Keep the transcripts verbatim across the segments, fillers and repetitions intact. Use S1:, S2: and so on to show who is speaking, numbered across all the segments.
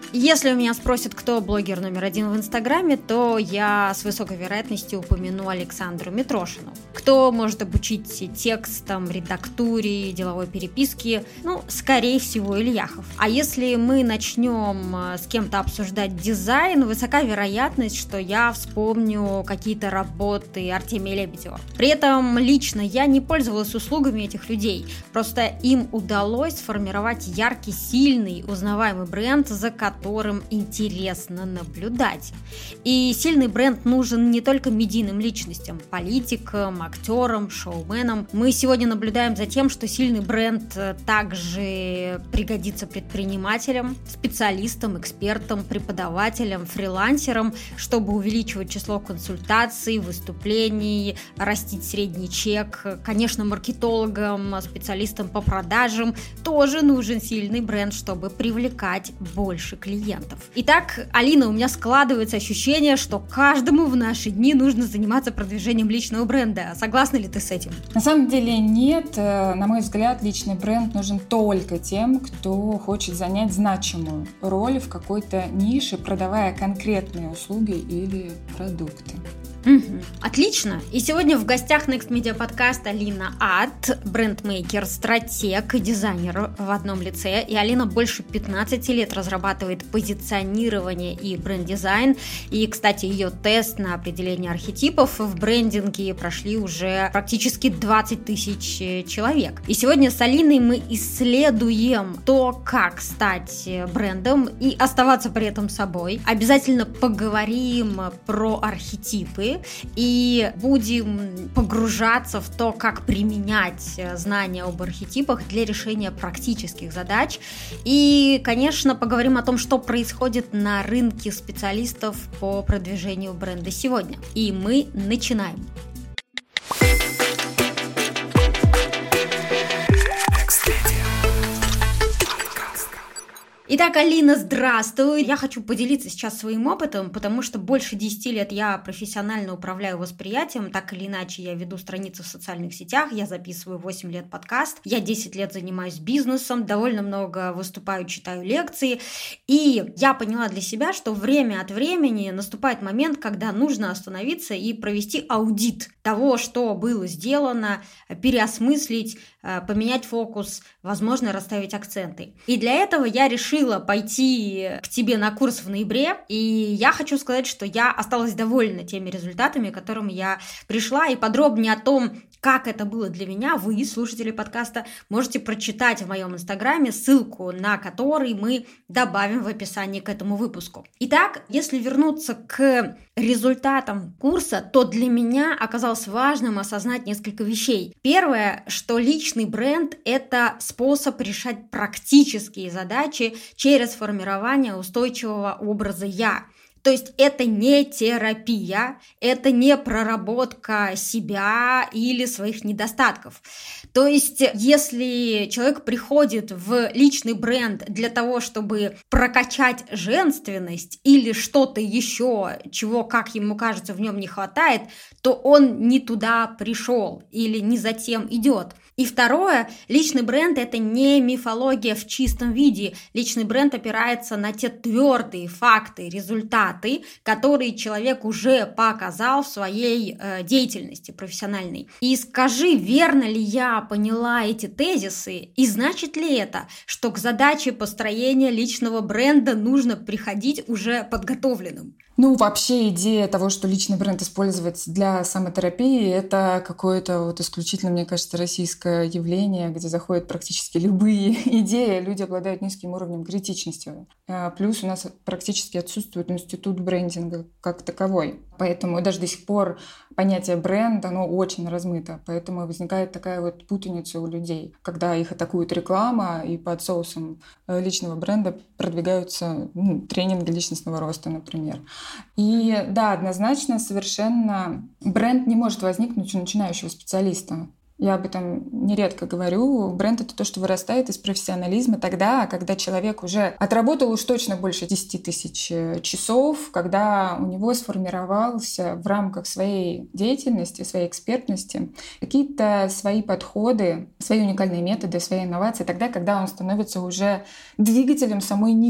S1: Если у меня спросят, кто блогер номер один в Инстаграме, то я с высокой вероятностью упомяну Александру Митрошину. Кто может обучить текстам, редактуре, деловой переписке? Ну, скорее всего, Ильяхов. А если мы начнем с кем-то обсуждать дизайн, высока вероятность, что я вспомню какие-то работы Артемия Лебедева. При этом лично я не пользовалась услугами этих людей, просто им удалось сформировать яркий, сильный, узнаваемый бренд, за которым которым интересно наблюдать. И сильный бренд нужен не только медийным личностям, политикам, актерам, шоуменам. Мы сегодня наблюдаем за тем, что сильный бренд также пригодится предпринимателям, специалистам, экспертам, преподавателям, фрилансерам, чтобы увеличивать число консультаций, выступлений, растить средний чек. Конечно, маркетологам, специалистам по продажам тоже нужен сильный бренд, чтобы привлекать больше клиентов. клиентов. Итак, Алина, у меня складывается ощущение, что каждому в наши дни нужно заниматься продвижением личного бренда. Согласна ли ты с этим?
S2: На самом деле нет. На мой взгляд, личный бренд нужен только тем, кто хочет занять значимую роль в какой-то нише, продавая конкретные услуги или продукты.
S1: Угу. Отлично. И сегодня в гостях Next Media Podcast Алина Ат, брендмейкер, стратег и дизайнер в одном лице. И Алина больше пятнадцати лет разрабатывает позиционирование и бренд-дизайн. И, кстати, ее тест на определение архетипов в брендинге прошли уже практически двадцать тысяч человек. И сегодня с Алиной мы исследуем то, как стать брендом и оставаться при этом собой. Обязательно поговорим про архетипы и будем погружаться в то, как применять знания об архетипах для решения практических задач. И, конечно, поговорим о том, что происходит на рынке специалистов по продвижению бренда сегодня. И мы начинаем. Итак, Алина, здравствуй! Я хочу поделиться сейчас своим опытом, потому что больше десяти лет я профессионально управляю восприятием, так или иначе я веду страницы в социальных сетях, я записываю восемь лет подкаст, я десять лет занимаюсь бизнесом, довольно много выступаю, читаю лекции, и я поняла для себя, что время от времени наступает момент, когда нужно остановиться и провести аудит того, что было сделано, переосмыслить, поменять фокус, возможно, расставить акценты. И для этого я решила пойти к тебе на курс в ноябре, и я хочу сказать, что я осталась довольна теми результатами, к которым я пришла, и подробнее о том, как это было для меня, вы, слушатели подкаста, можете прочитать в моем инстаграме, ссылку на который мы добавим в описании к этому выпуску. Итак, если вернуться к результатам курса, то для меня оказалось важным осознать несколько вещей. Первое, что личный бренд – это способ решать практические задачи через формирование устойчивого образа «я». То есть это не терапия, это не проработка себя или своих недостатков. То есть если человек приходит в личный бренд для того, чтобы прокачать женственность или что-то еще, чего, как ему кажется, в нем не хватает, то он не туда пришел или не за тем идет. И второе, личный бренд – это не мифология в чистом виде. Личный бренд опирается на те твердые факты, результаты, которые человек уже показал в своей э, деятельности профессиональной. И скажи, верно ли я поняла эти тезисы, и значит ли это, что к задаче построения личного бренда нужно приходить уже подготовленным?
S2: Ну, вообще идея того, что личный бренд использовать для самотерапии, это какое-то вот исключительно, мне кажется, российское явление, где заходят практически любые идеи, люди обладают низким уровнем критичности. Плюс у нас практически отсутствует институт брендинга как таковой. Поэтому даже до сих пор понятие бренд, оно очень размыто. Поэтому возникает такая вот путаница у людей, когда их атакует реклама, и под соусом личного бренда продвигаются ну, тренинги личностного роста, например. И да, однозначно совершенно бренд не может возникнуть у начинающего специалиста. Я об этом нередко говорю. Бренд — это то, что вырастает из профессионализма тогда, когда человек уже отработал уж точно больше десяти тысяч часов, когда у него сформировался в рамках своей деятельности, своей экспертности какие-то свои подходы, свои уникальные методы, свои инновации, тогда, когда он становится уже двигателем самой ниши.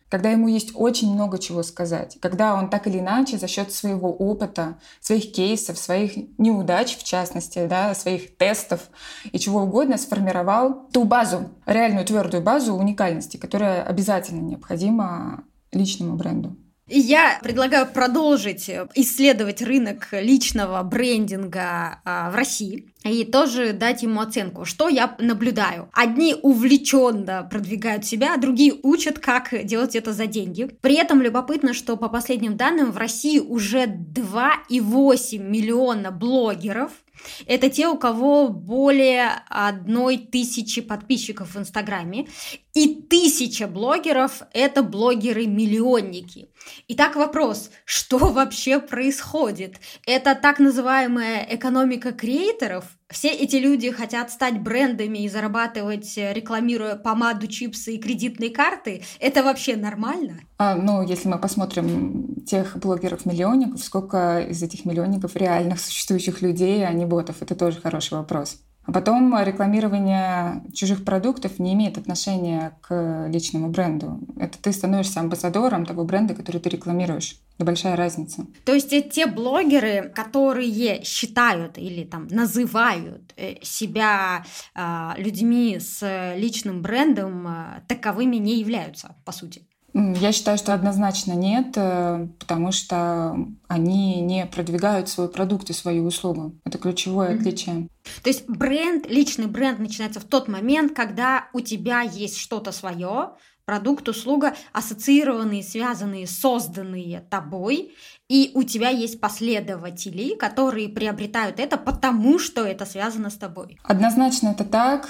S2: когда ему есть очень много чего сказать, когда он так или иначе за счет своего опыта, своих кейсов, своих неудач, в частности, да, своих тестов и чего угодно сформировал ту базу, реальную твердую базу уникальности, которая обязательно необходима личному бренду.
S1: Я предлагаю продолжить исследовать рынок личного брендинга а, в России и тоже дать ему оценку. Что я наблюдаю? Одни увлеченно продвигают себя, другие учат, как делать это за деньги. При этом любопытно, что по последним данным в России уже два и восемь миллиона блогеров. Это те, у кого более одной тысячи подписчиков в Инстаграме. И тысяча блогеров – это блогеры-миллионники. Итак, вопрос, что вообще происходит? Это так называемая экономика креаторов? Все эти люди хотят стать брендами и зарабатывать, рекламируя помаду, чипсы и кредитные карты. Это вообще нормально?
S2: А, ну, если мы посмотрим тех блогеров-миллионников, сколько из этих миллионников реальных существующих людей, а не ботов, это тоже хороший вопрос. А потом рекламирование чужих продуктов не имеет отношения к личному бренду. Это ты становишься амбассадором того бренда, который ты рекламируешь. Это большая разница.
S1: То есть те блогеры, которые считают или там называют себя э, людьми с личным брендом, э, таковыми не являются, по сути?
S2: Я считаю, что однозначно нет, потому что они не продвигают свой продукт и свою услугу. Это ключевое mm-hmm. отличие.
S1: То есть бренд, личный бренд начинается в тот момент, когда у тебя есть что-то свое, продукт, услуга, ассоциированные, связанные, созданные тобой, и у тебя есть последователи, которые приобретают это, потому что это связано с тобой.
S2: Однозначно это так,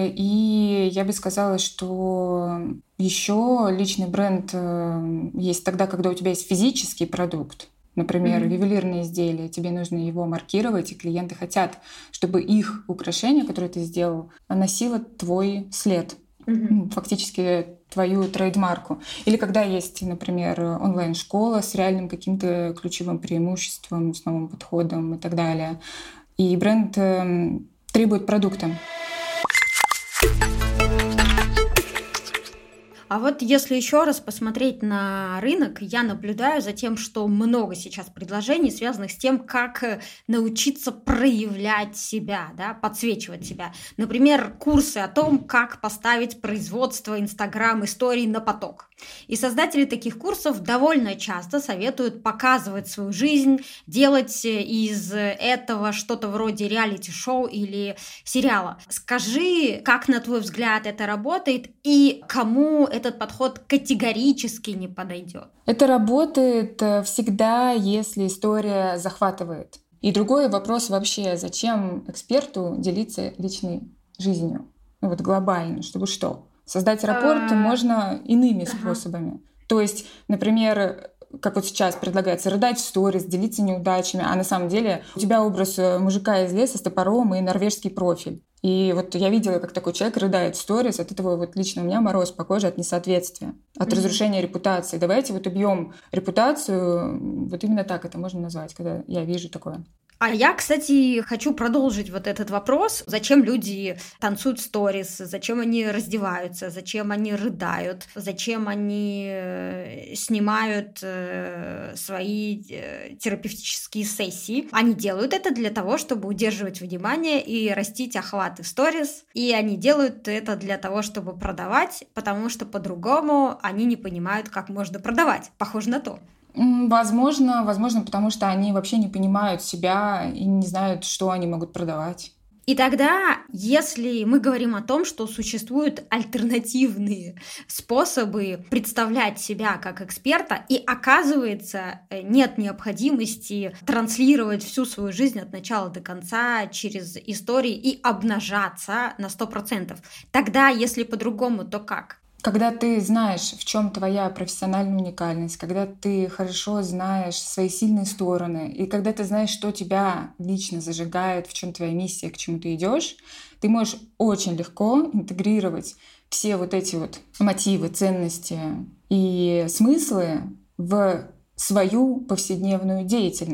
S2: и я бы сказала, что еще личный бренд есть тогда, когда у тебя есть физический продукт. Например, mm-hmm. ювелирные изделия, тебе нужно его маркировать, и клиенты хотят, чтобы их украшение, которое ты сделал, носило твой след. Mm-hmm. Фактически твою трейдмарку. Или когда есть, например, онлайн-школа с реальным каким-то ключевым преимуществом, с новым подходом и так далее. И бренд э, требует продукта.
S1: А вот если еще раз посмотреть на рынок, я наблюдаю за тем, что много сейчас предложений, связанных с тем, как научиться проявлять себя, да, подсвечивать себя. Например, курсы о том, как поставить производство Инстаграм-историй на поток. И создатели таких курсов довольно часто советуют показывать свою жизнь, делать из этого что-то вроде реалити-шоу или сериала. Скажи, как, на твой взгляд, это работает и кому этот подход категорически не подойдет?
S2: Это работает всегда, если история захватывает. И другой вопрос вообще, зачем эксперту делиться личной жизнью? Ну вот глобально, чтобы что? Создать рапорт можно иными способами. То есть, например, как вот сейчас предлагается, рыдать в сторис, делиться неудачами, а на самом деле у тебя образ мужика из леса с топором и норвежский профиль. И вот я видела, как такой человек рыдает в сторис, от этого вот лично у меня мороз по коже от несоответствия, от mm-hmm. разрушения репутации. Давайте вот убьем репутацию, вот именно так это можно назвать, когда я вижу такое.
S1: А я, кстати, хочу продолжить вот этот вопрос. Зачем люди танцуют сторис, зачем они раздеваются, зачем они рыдают, зачем они снимают свои терапевтические сессии. Они делают это для того, чтобы удерживать внимание и растить охваты в сторис. И они делают это для того, чтобы продавать, потому что по-другому они не понимают, как можно продавать. Похоже на то.
S2: Возможно, возможно, потому что они вообще не понимают себя и не знают, что они могут продавать.
S1: И тогда, если мы говорим о том, что существуют альтернативные способы представлять себя как эксперта, и оказывается, нет необходимости транслировать всю свою жизнь от начала до конца через истории и обнажаться на сто процентов, тогда, если по-другому, то как?
S2: Когда ты знаешь, в чем твоя профессиональная уникальность, когда ты хорошо знаешь свои сильные стороны, и когда ты знаешь, что тебя лично зажигает, в чем твоя миссия, к чему ты идешь, ты можешь очень легко интегрировать все вот эти вот мотивы, ценности и смыслы в свою повседневную деятельность.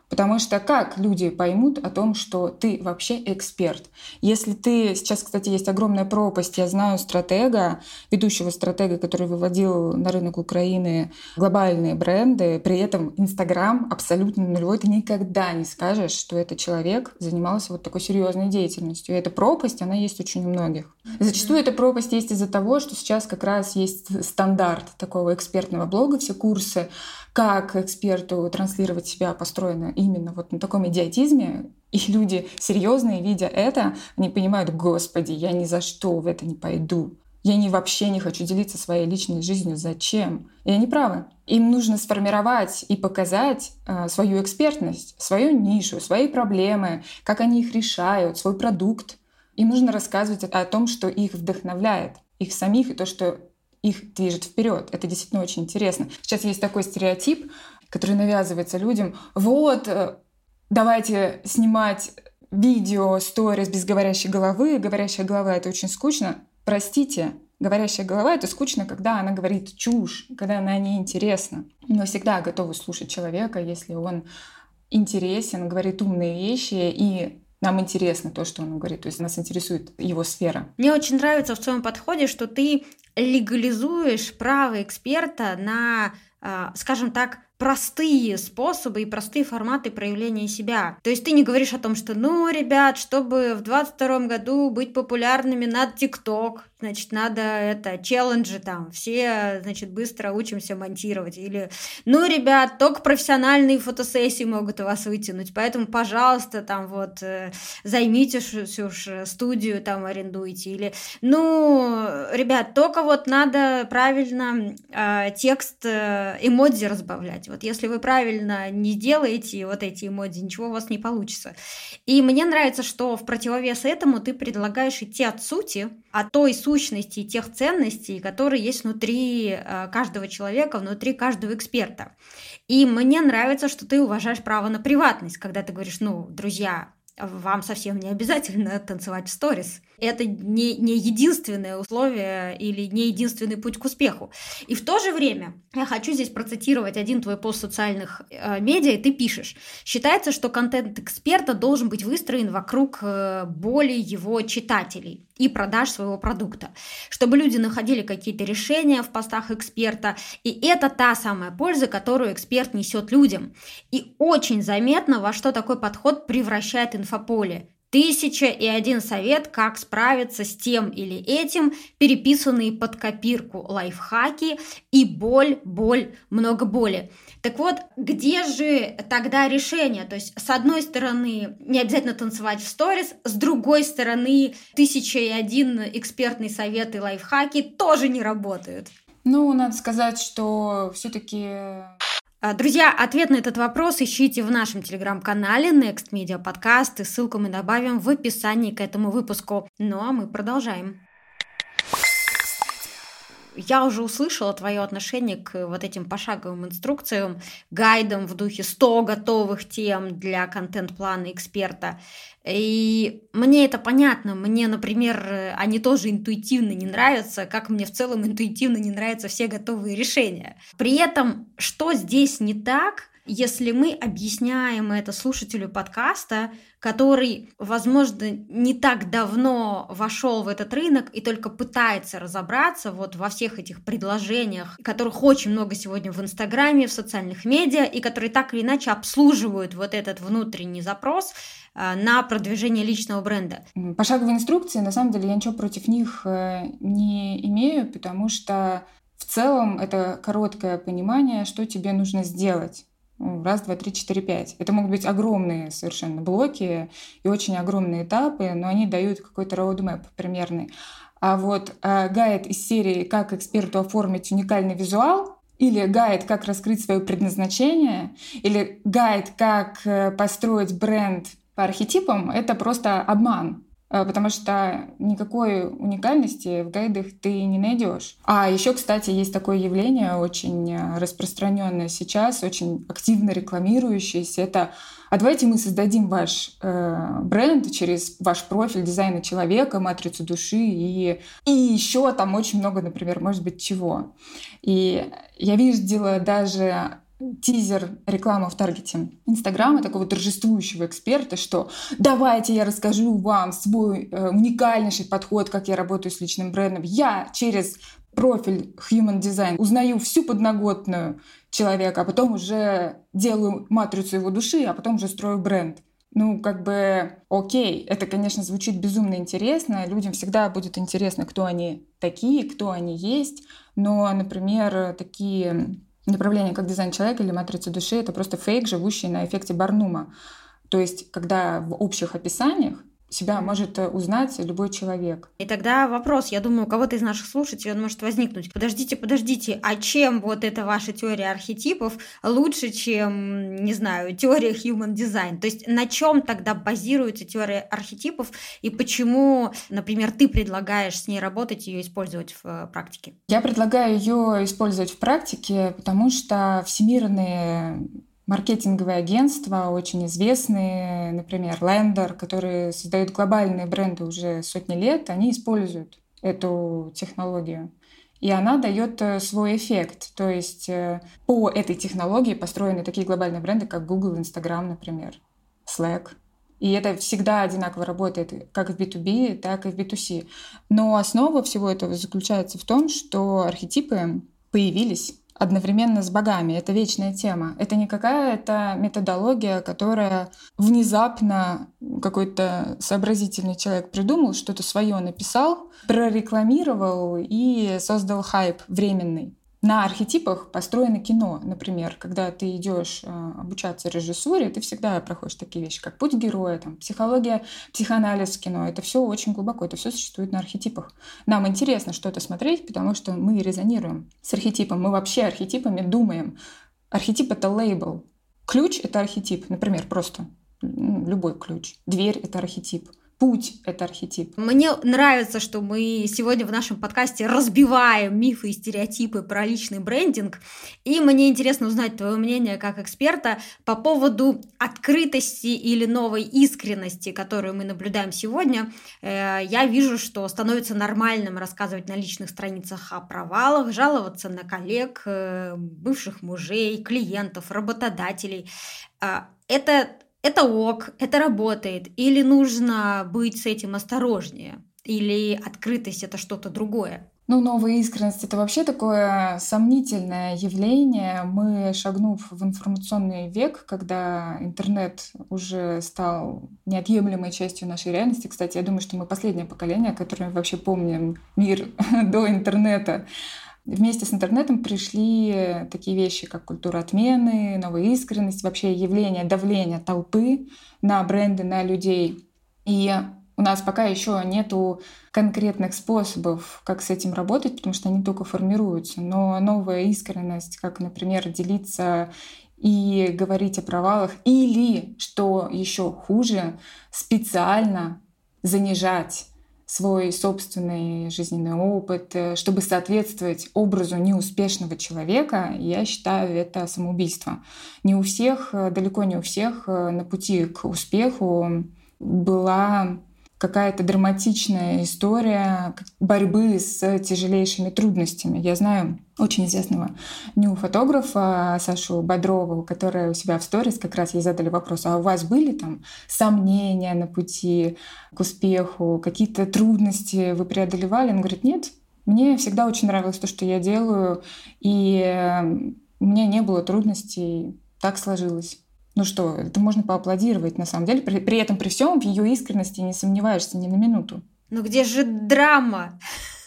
S2: Потому что как люди поймут о том, что ты вообще эксперт? Если ты... Сейчас, кстати, есть огромная пропасть. Я знаю стратега, ведущего стратега, который выводил на рынок Украины глобальные бренды. При этом Инстаграм абсолютно нулевой. Ты никогда не скажешь, что этот человек занимался вот такой серьезной деятельностью. И эта пропасть, она есть очень у многих. И зачастую эта пропасть есть из-за того, что сейчас как раз есть стандарт такого экспертного блога, все курсы, как эксперту транслировать себя, построено именно вот на таком идиотизме. И люди серьезные, видя это, они понимают: господи, я ни за что в это не пойду. Я не, вообще не хочу делиться своей личной жизнью. Зачем? И они правы. Им нужно сформировать и показать э, свою экспертность, свою нишу, свои проблемы, как они их решают, свой продукт. Им нужно рассказывать о том, что их вдохновляет, их самих, и то, что их движет вперед. Это действительно очень интересно. Сейчас есть такой стереотип, который навязывается людям. Вот, давайте снимать видео, сторис без говорящей головы. Говорящая голова — это очень скучно. Простите, говорящая голова — это скучно, когда она говорит чушь, когда она неинтересна. Мы всегда готовы слушать человека, если он интересен, говорит умные вещи, и нам интересно то, что он говорит, то есть нас интересует его сфера.
S1: Мне очень нравится в своем подходе, что ты легализуешь право эксперта на, скажем так, простые способы и простые форматы проявления себя. То есть ты не говоришь о том, что, ну, ребят, чтобы в двадцать втором году быть популярными, надо ТикТок, значит, надо это, челленджи там, все, значит, быстро учимся монтировать. Или, ну, ребят, только профессиональные фотосессии могут у вас вытянуть, поэтому, пожалуйста, там вот, займитесь уж студию, там, арендуйте. Или, ну, ребят, только вот надо правильно э, текст, э, эмодзи разбавлять. Вот если вы правильно не делаете вот эти эмодзи, ничего у вас не получится. И мне нравится, что в противовес этому ты предлагаешь идти от сути, от той сущности и тех ценностей, которые есть внутри каждого человека, внутри каждого эксперта. И мне нравится, что ты уважаешь право на приватность, когда ты говоришь: ну, друзья, вам совсем не обязательно танцевать в сторис. Это не, не единственное условие или не единственный путь к успеху. И в то же время я хочу здесь процитировать один твой пост в социальных э, медиа, и ты пишешь: считается, что контент эксперта должен быть выстроен вокруг э, боли его читателей и продаж своего продукта, чтобы люди находили какие-то решения в постах эксперта, и это та самая польза, которую эксперт несет людям. И очень заметно, во что такой подход превращает инфополе. Тысяча и один совет, как справиться с тем или этим, переписанные под копирку лайфхаки и боль, боль, много боли. Так вот, где же тогда решение? То есть, с одной стороны, не обязательно танцевать в сторис, с другой стороны, тысяча и один экспертный совет и лайфхаки тоже не работают.
S2: Ну, надо сказать, что все-таки...
S1: Друзья, ответ на этот вопрос ищите в нашем телеграм-канале Next Media Podcast, и ссылку мы добавим в описании к этому выпуску. Ну а мы продолжаем. Я уже услышала твое отношение к вот этим пошаговым инструкциям, гайдам в духе сто готовых тем для контент-плана эксперта. И мне это понятно. Мне, например, они тоже интуитивно не нравятся, как мне в целом интуитивно не нравятся все готовые решения. При этом, что здесь не так, если мы объясняем это слушателю подкаста, который, возможно, не так давно вошел в этот рынок и только пытается разобраться вот во всех этих предложениях, которых очень много сегодня в Инстаграме, в социальных медиа, и которые так или иначе обслуживают вот этот внутренний запрос на продвижение личного бренда.
S2: Пошаговые инструкции, на самом деле, я ничего против них не имею, потому что в целом это короткое понимание, что тебе нужно сделать. Раз, два, три, четыре, пять. Это могут быть огромные совершенно блоки и очень огромные этапы, но они дают какой-то роудмэп примерный. А вот э, гайд из серии «Как эксперту оформить уникальный визуал» или гайд «Как раскрыть свое предназначение» или гайд «Как построить бренд по архетипам» — это просто обман. Потому что никакой уникальности в гайдах ты не найдешь. А еще, кстати, есть такое явление, очень распространенное сейчас, очень активно рекламирующееся. Это: а давайте мы создадим ваш э, бренд через ваш профиль дизайна человека, матрицу души и, и еще там очень много, например, может быть, чего. И я видела даже тизер, рекламу в таргете Инстаграма, такого торжествующего эксперта, что давайте я расскажу вам свой э, уникальнейший подход, как я работаю с личным брендом. Я через профиль Human Design узнаю всю подноготную человека, а потом уже делаю матрицу его души, а потом уже строю бренд. Ну, как бы, окей, это, конечно, звучит безумно интересно. Людям всегда будет интересно, кто они такие, кто они есть. Но, например, такие направления, как дизайн человека или матрица души, это просто фейк, живущий на эффекте Барнума. То есть, когда в общих описаниях себя может узнать любой человек.
S1: И тогда вопрос, я думаю, у кого-то из наших слушателей он может возникнуть. Подождите, подождите, а чем вот эта ваша теория архетипов лучше, чем, не знаю, теория Human Design? То есть на чем тогда базируется теория архетипов и почему, например, ты предлагаешь с ней работать и ее использовать в практике?
S2: Я предлагаю ее использовать в практике, потому что всемирные маркетинговые агентства, очень известные, например, Lender, которые создают глобальные бренды уже сотни лет, они используют эту технологию. И она дает свой эффект. То есть по этой технологии построены такие глобальные бренды, как Google, Instagram, например, Slack. И это всегда одинаково работает как в би ту би, так и в би ту си. Но основа всего этого заключается в том, что архетипы появились одновременно с богами. Это вечная тема. Это не какая-то методология, которая внезапно какой-то сообразительный человек придумал, что-то свое написал, прорекламировал и создал хайп временный. На архетипах построено кино, например, когда ты идешь обучаться режиссуре, ты всегда проходишь такие вещи, как путь героя, там, психология, психоанализ в кино. Это все очень глубоко, это все существует на архетипах. Нам интересно что-то смотреть, потому что мы резонируем с архетипом, мы вообще архетипами думаем. Архетип — это лейбл. Ключ — это архетип, например, просто любой ключ. Дверь — это архетип. Путь — это архетип.
S1: Мне нравится, что мы сегодня в нашем подкасте разбиваем мифы и стереотипы про личный брендинг. И мне интересно узнать твое мнение как эксперта по поводу открытости или новой искренности, которую мы наблюдаем сегодня. Я вижу, что становится нормальным рассказывать на личных страницах о провалах, жаловаться на коллег, бывших мужей, клиентов, работодателей. Это Это ок, это работает, или нужно быть с этим осторожнее, или открытость — это что-то другое?
S2: Ну, новая искренность — это вообще такое сомнительное явление. Мы, шагнув в информационный век, когда интернет уже стал неотъемлемой частью нашей реальности. Кстати, я думаю, что мы последнее поколение, которое вообще помним мир до интернета. Вместе с интернетом пришли такие вещи, как культура отмены, новая искренность, вообще явление давления толпы на бренды, на людей. И у нас пока еще нету конкретных способов, как с этим работать, потому что они только формируются. Но новая искренность, как, например, делиться и говорить о провалах, или, что еще хуже, специально занижать свой собственный жизненный опыт, чтобы соответствовать образу неуспешного человека, я считаю, это самоубийство. Не у всех, далеко не у всех на пути к успеху была какая-то драматичная история борьбы с тяжелейшими трудностями. Я знаю очень известного нью-фотографа Сашу Бодрову, которая у себя в сторис как раз ей задали вопрос: а у вас были там сомнения на пути к успеху, какие-то трудности вы преодолевали? Он говорит: нет, мне всегда очень нравилось то, что я делаю, и у меня не было трудностей, так сложилось. Ну что, это можно поаплодировать, на самом деле. При, при этом, при всем, в ее искренности не сомневаешься ни на минуту.
S1: Но где же драма?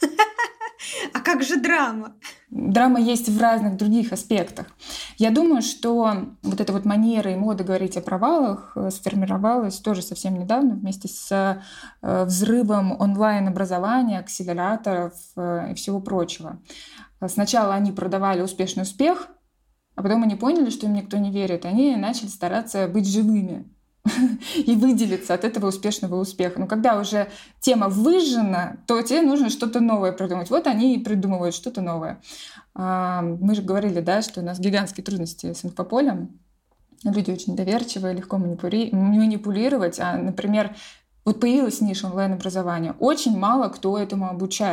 S1: А как же драма?
S2: Драма есть в разных других аспектах. Я думаю, что вот эта вот манера и мода говорить о провалах сформировалась тоже совсем недавно вместе с взрывом онлайн-образования, акселераторов и всего прочего. Сначала они продавали успешный успех, а потом они поняли, что им никто не верит. Они начали стараться быть живыми и выделиться от этого успешного успеха. Но когда уже тема выжжена, то тебе нужно что-то новое придумать. Вот они и придумывают что-то новое. Мы же говорили, да, что у нас гигантские трудности с инфополем. Люди очень доверчивые, легко манипули... манипулировать. А, например, вот появилась ниша онлайн-образования. Очень мало кто этому обучает.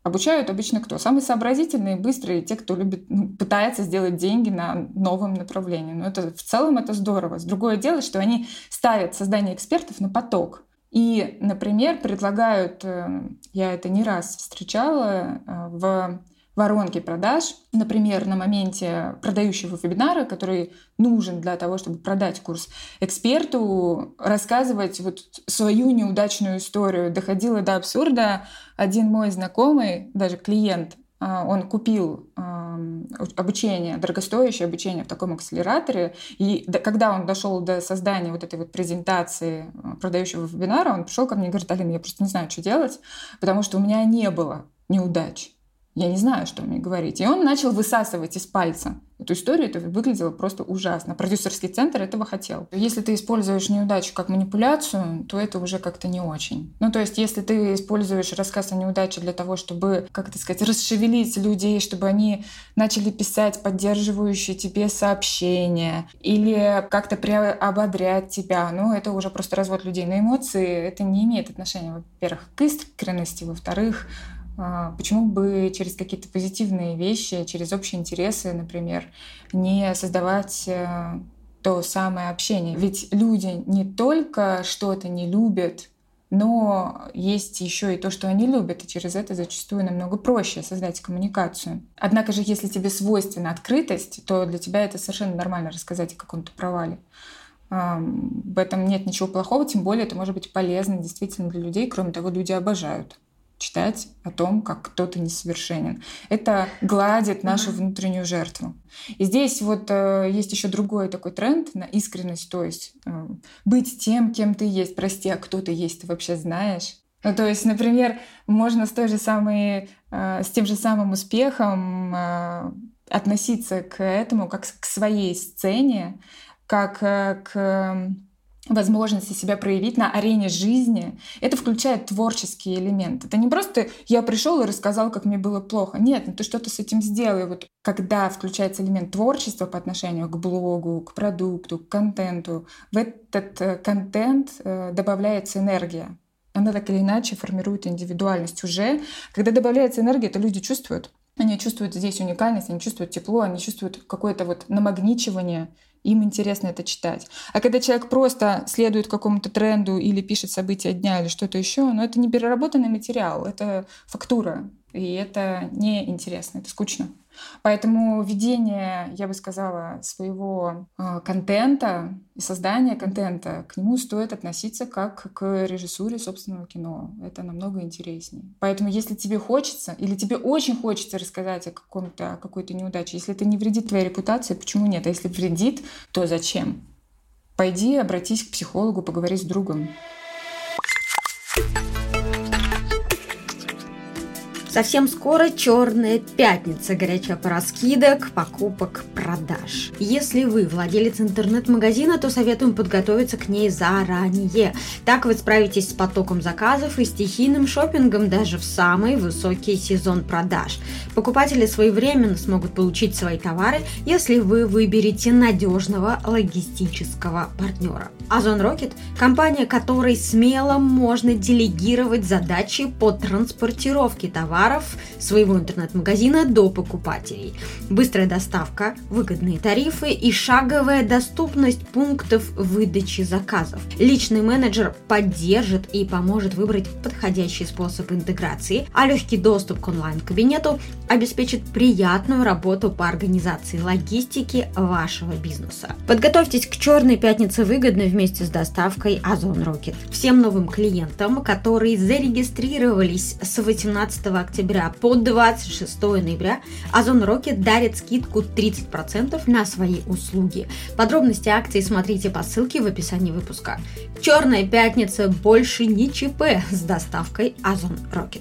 S2: Обучают обычно кто? Самые сообразительные, быстрые, те, кто любит, ну, пытается сделать деньги на новом направлении. Но это, в целом это здорово. Другое дело, что они ставят создание экспертов на поток. И, например, предлагают, я это не раз встречала, в воронке продаж, например, на моменте продающего вебинара, который нужен для того, чтобы продать курс, эксперту рассказывать вот свою неудачную историю. Доходило до абсурда. Один мой знакомый, даже клиент, он купил обучение, дорогостоящее обучение в таком акселераторе, и когда он дошел до создания вот этой вот презентации продающего вебинара, он пришел ко мне и говорит: Алина, я просто не знаю, что делать, потому что у меня не было неудач. Я не знаю, что мне говорить. И он начал высасывать из пальца эту историю. Это выглядело просто ужасно. Продюсерский центр этого хотел. Если ты используешь неудачу как манипуляцию, то это уже как-то не очень. Ну, то есть, если ты используешь рассказ о неудаче для того, чтобы, как это сказать, расшевелить людей, чтобы они начали писать поддерживающие тебе сообщения или как-то приободрять тебя, ну, это уже просто развод людей на эмоции. Это не имеет отношения, во-первых, к искренности, во-вторых, почему бы через какие-то позитивные вещи, через общие интересы, например, не создавать то самое общение? Ведь люди не только что-то не любят, но есть еще и то, что они любят, и через это зачастую намного проще создать коммуникацию. Однако же, если тебе свойственна открытость, то для тебя это совершенно нормально рассказать о каком-то провале. В этом нет ничего плохого, тем более это может быть полезно действительно для людей. Кроме того, люди обожают читать о том, как кто-то несовершенен. Это гладит нашу mm-hmm. внутреннюю жертву. И здесь вот э, есть еще другой такой тренд на искренность, то есть э, быть тем, кем ты есть. Прости, а кто ты есть, ты вообще знаешь? Ну, то есть, например, можно с той же самой, э, с тем же самым успехом э, относиться к этому как к своей сцене, как э, к возможности себя проявить на арене жизни. Это включает творческий элемент. Это не просто я пришел и рассказал, как мне было плохо. Нет, ну ты что-то с этим сделай. Вот когда включается элемент творчества по отношению к блогу, к продукту, к контенту, в этот контент добавляется энергия. Она так или иначе формирует индивидуальность уже. Когда добавляется энергия, это люди чувствуют. Они чувствуют здесь уникальность, они чувствуют тепло, они чувствуют какое-то вот намагничивание. Им интересно это читать. А когда человек просто следует какому-то тренду или пишет события дня или что-то еще, ну это не переработанный материал, это фактура. И это неинтересно, это скучно. Поэтому ведение, я бы сказала, своего э, контента и создание контента, к нему стоит относиться как к режиссуре собственного кино. Это намного интереснее. Поэтому если тебе хочется, или тебе очень хочется рассказать о, каком-то, о какой-то неудаче, если это не вредит твоей репутации, почему нет? А если вредит, то зачем? Пойди, обратись к психологу, поговори с другом.
S1: Совсем скоро Черная пятница, горячая пора скидок, покупок, продаж. Если вы владелец интернет-магазина, то советуем подготовиться к ней заранее. Так вы справитесь с потоком заказов и стихийным шопингом даже в самый высокий сезон продаж. Покупатели своевременно смогут получить свои товары, если вы выберете надежного логистического партнера. Озон Rocket – компания, которой смело можно делегировать задачи по транспортировке товаров своего интернет-магазина до покупателей. Быстрая доставка, выгодные тарифы и шаговая доступность пунктов выдачи заказов. Личный менеджер поддержит и поможет выбрать подходящий способ интеграции, а легкий доступ к онлайн-кабинету обеспечит приятную работу по организации логистики вашего бизнеса. Подготовьтесь к Черной пятнице выгодно вместе с доставкой Озон Rocket. Всем новым клиентам, которые зарегистрировались с восемнадцатого октября по двадцать шестого ноября, Озон Rocket дарит скидку тридцать процентов на свои услуги. Подробности акции смотрите по ссылке в описании выпуска. Черная пятница больше не ЧП с доставкой Озон Rocket.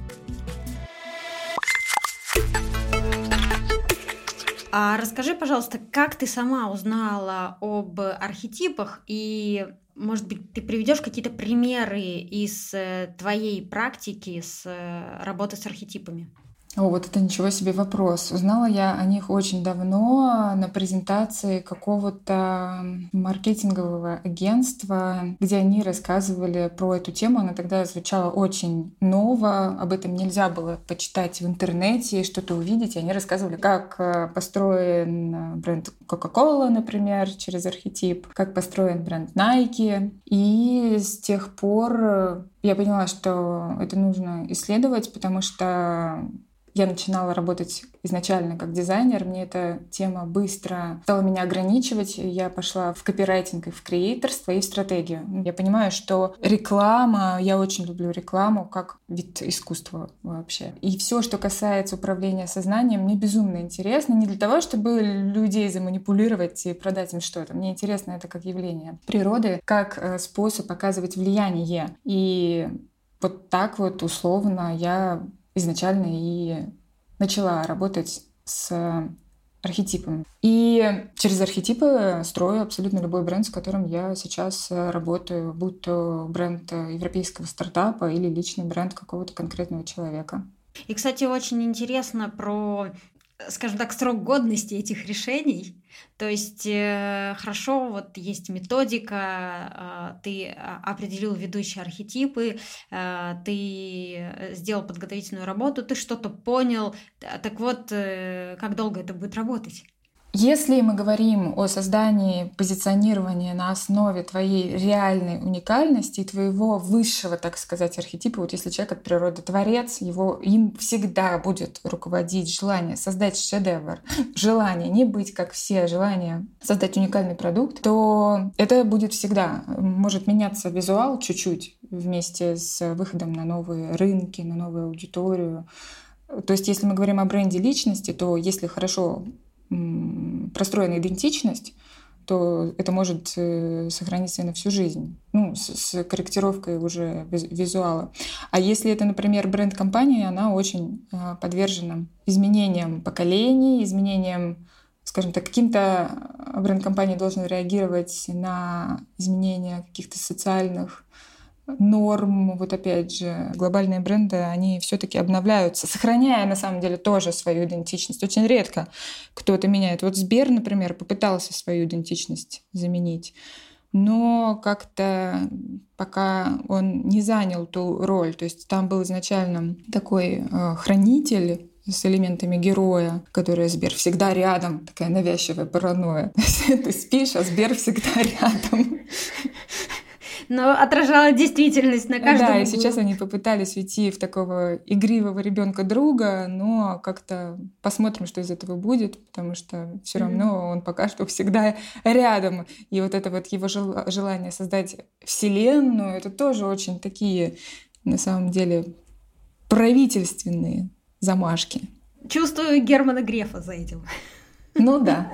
S1: А расскажи, пожалуйста, как ты сама узнала об архетипах и, может быть, ты приведешь какие-то примеры из твоей практики с работы с архетипами?
S2: О, вот это ничего себе вопрос. Узнала я о них очень давно на презентации какого-то маркетингового агентства, где они рассказывали про эту тему. Она тогда звучала очень ново, об этом нельзя было почитать в интернете, что-то увидеть. И они рассказывали, как построен бренд Coca-Cola, например, через архетип, как построен бренд Nike. И с тех пор я поняла, что это нужно исследовать, потому что я начинала работать изначально как дизайнер, мне эта тема быстро стала меня ограничивать. Я пошла в копирайтинг и в креаторство, и в стратегию. Я понимаю, что реклама, я очень люблю рекламу как вид искусства вообще. И все, что касается управления сознанием, мне безумно интересно. Не для того, чтобы людей заманипулировать и продать им что-то. Мне интересно это как явление природы, как способ показывать влияние. И вот так вот условно я изначально и начала работать с архетипами. И через архетипы строю абсолютно любой бренд, с которым я сейчас работаю, будь то бренд европейского стартапа или личный бренд какого-то конкретного человека.
S1: И, кстати, очень интересно про, скажем так, срок годности этих решений. То есть э, хорошо, вот есть методика, э, ты определил ведущие архетипы, э, ты сделал подготовительную работу, ты что-то понял. Так вот, э, как долго это будет работать?
S2: Если мы говорим о создании позиционирования на основе твоей реальной уникальности и твоего высшего, так сказать, архетипа, вот если человек от природы творец, его, им всегда будет руководить желание создать шедевр, желание не быть как все, желание создать уникальный продукт, то это будет всегда. Может меняться визуал чуть-чуть вместе с выходом на новые рынки, на новую аудиторию. То есть если мы говорим о бренде личности, то если хорошо простроена идентичность, то это может сохраниться на всю жизнь, ну, с, с корректировкой уже визуала. А если это, например, бренд-компания, она очень подвержена изменениям поколений, изменениям, скажем так, каким-то бренд-компания должна реагировать на изменения каких-то социальных норм. Вот опять же, глобальные бренды, они все-таки обновляются, сохраняя на самом деле тоже свою идентичность. Очень редко кто-то меняет. Вот Сбер, например, попытался свою идентичность заменить, но как-то пока он не занял ту роль. То есть там был изначально такой э, хранитель с элементами героя, который Сбер всегда рядом, такая навязчивая паранойя. Ты спишь, а Сбер всегда рядом.
S1: Но отражала действительность на каждом
S2: Да,
S1: углу.
S2: И сейчас они попытались уйти в такого игривого ребенка друга, но как-то посмотрим, что из этого будет, потому что все mm-hmm. равно он пока что всегда рядом. И вот это вот его желание создать вселенную, это тоже очень такие, на самом деле, правительственные замашки.
S1: Чувствую Германа Грефа за этим.
S2: Ну да.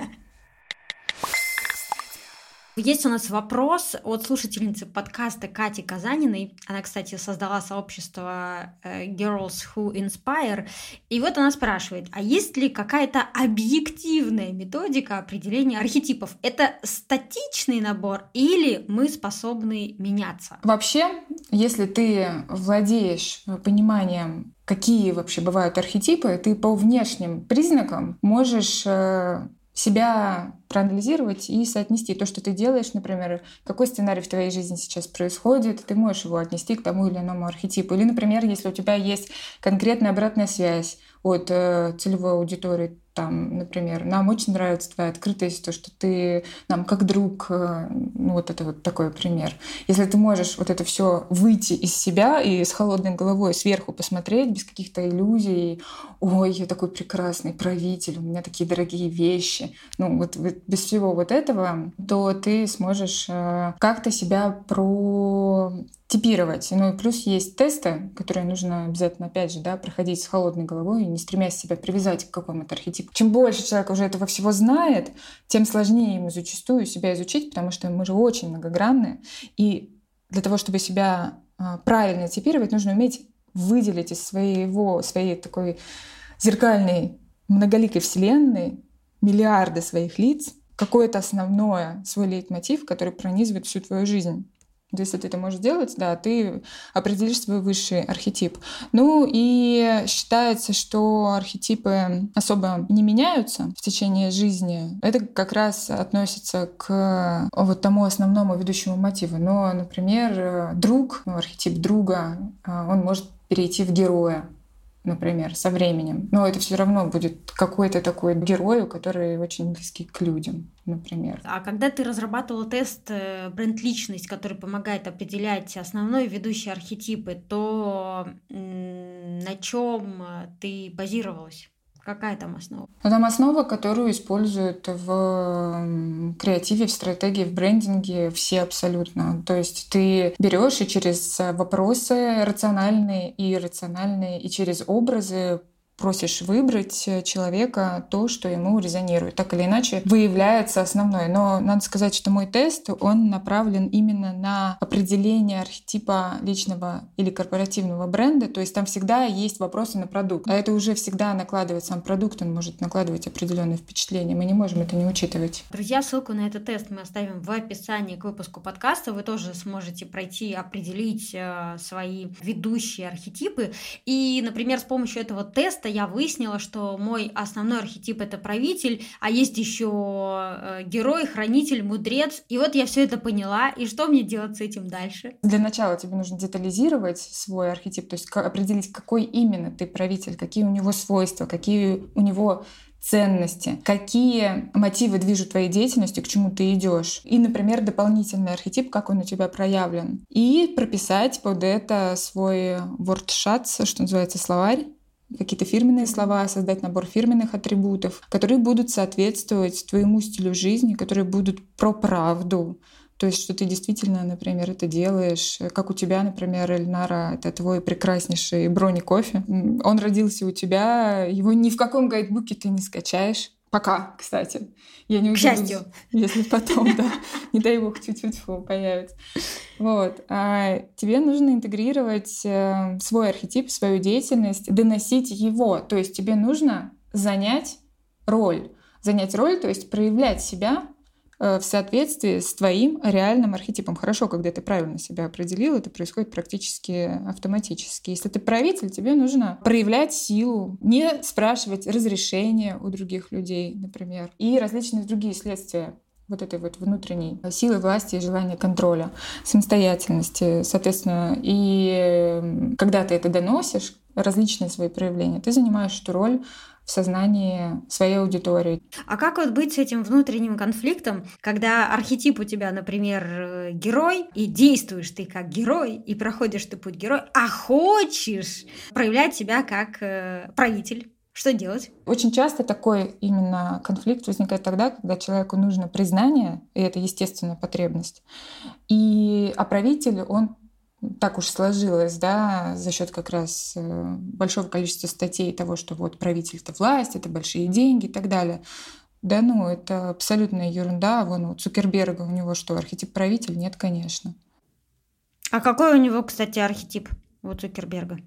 S1: Есть у нас вопрос от слушательницы подкаста Кати Казаниной. Она, кстати, создала сообщество Girls Who Inspire. И вот она спрашивает, а есть ли какая-то объективная методика определения архетипов? Это статичный набор или мы способны меняться?
S2: Вообще, если ты владеешь пониманием, какие вообще бывают архетипы, ты по внешним признакам можешь себя проанализировать и соотнести то, что ты делаешь, например, какой сценарий в твоей жизни сейчас происходит, ты можешь его отнести к тому или иному архетипу. Или, например, если у тебя есть конкретная обратная связь от э, целевой аудитории, там, например, нам очень нравится твоя открытость, то, что ты нам как друг, э, ну вот это вот такой пример. Если ты можешь вот это все выйти из себя и с холодной головой сверху посмотреть, без каких-то иллюзий, ой, я такой прекрасный правитель, у меня такие дорогие вещи, ну вот без всего вот этого, то ты сможешь э, как-то себя про типировать. Ну и плюс есть тесты, которые нужно обязательно, опять же, да, проходить с холодной головой, не стремясь себя привязать к какому-то архетипу. Чем больше человек уже этого всего знает, тем сложнее ему зачастую себя изучить, потому что мы же очень многогранны. И для того, чтобы себя правильно типировать, нужно уметь выделить из своего, своей такой зеркальной многоликой вселенной миллиарды своих лиц какое-то основное, свой лейтмотив, который пронизывает всю твою жизнь. Если ты это можешь делать, да, ты определишь свой высший архетип. Ну и считается, что архетипы особо не меняются в течение жизни. Это как раз относится к вот тому основному ведущему мотиву. Но, например, друг, ну, архетип друга, он может перейти в героя, например, со временем. Но это все равно будет какой-то такой герой, который очень близкий к людям, например.
S1: А когда ты разрабатывала тест бренд-личность, который помогает определять основной ведущие архетипы, то м- на чем ты базировалась? Какая там основа?
S2: Ну, там основа, которую используют в креативе, в стратегии, в брендинге все абсолютно. То есть ты берешь и через вопросы рациональные и иррациональные, и через образы просишь выбрать человека то, что ему резонирует. Так или иначе выявляется основное. Но надо сказать, что мой тест, он направлен именно на определение архетипа личного или корпоративного бренда. То есть там всегда есть вопросы на продукт. А это уже всегда накладывает сам продукт, он может накладывать определенные впечатления. Мы не можем это не учитывать.
S1: Друзья, ссылку на этот тест мы оставим в описании к выпуску подкаста. Вы тоже сможете пройти, определить э, свои ведущие архетипы. И, например, с помощью этого теста я выяснила, что мой основной архетип — это правитель, а есть еще герой, хранитель, мудрец. И вот я все это поняла. И что мне делать с этим дальше?
S2: Для начала тебе нужно детализировать свой архетип, то есть определить, какой именно ты правитель, какие у него свойства, какие у него ценности, какие мотивы движут твоей деятельностью, к чему ты идешь. И, например, дополнительный архетип, как он у тебя проявлен. И прописать под это свой word-шац, что называется, словарь, какие-то фирменные слова, создать набор фирменных атрибутов, которые будут соответствовать твоему стилю жизни, которые будут про правду. То есть, что ты действительно, например, это делаешь. Как у тебя, например, Эльнара, это твой прекраснейший Брони кофе. Он родился у тебя, его ни в каком гайдбуке ты не скачаешь. Пока, кстати. Я не удивлюсь,
S1: к счастью,
S2: если потом, да, не дай бог, чуть-чуть появится. Вот. А тебе нужно интегрировать свой архетип, свою деятельность, доносить его. То есть тебе нужно занять роль. Занять роль, то есть проявлять себя в соответствии с твоим реальным архетипом. Хорошо, когда ты правильно себя определил, это происходит практически автоматически. Если ты правитель, тебе нужно проявлять силу, не спрашивать разрешения у других людей, например, и различные другие следствия вот этой вот внутренней силы, власти и желания контроля, самостоятельности. Соответственно, и когда ты это доносишь, различные свои проявления, ты занимаешь эту роль в сознании своей аудитории.
S1: А как вот быть с этим внутренним конфликтом, когда архетип у тебя, например, герой, и действуешь ты как герой, и проходишь ты путь героя, а хочешь проявлять себя как э, правитель? Что делать?
S2: Очень часто такой именно конфликт возникает тогда, когда человеку нужно признание, и это естественная потребность. И а правитель, он так уж сложилось, да, за счет как раз большого количества статей того, что вот правитель — это власть, это большие деньги и так далее. Да ну, это абсолютная ерунда. Вон у Цукерберга, у него что, архетип правитель? Нет, конечно.
S1: А какой у него, кстати, архетип у Цукерберга?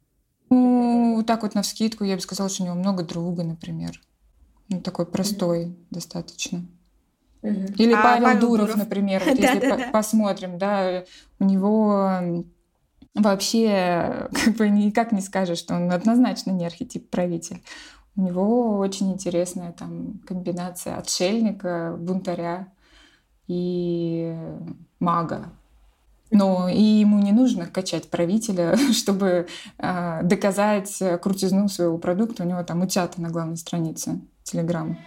S2: Ну, так вот навскидку я бы сказала, что у него много друга, например. Ну, такой простой mm-hmm. достаточно. Mm-hmm. Или а Павел, Павел Дуров, Дуров, например, вот если по- посмотрим, да, у него вообще как бы никак не скажешь, что он однозначно не архетип правитель. У него очень интересная там комбинация отшельника, бунтаря и мага. Но и ему не нужно качать правителя, чтобы э, доказать крутизну своего продукта. У него там у чата на главной странице Телеграма.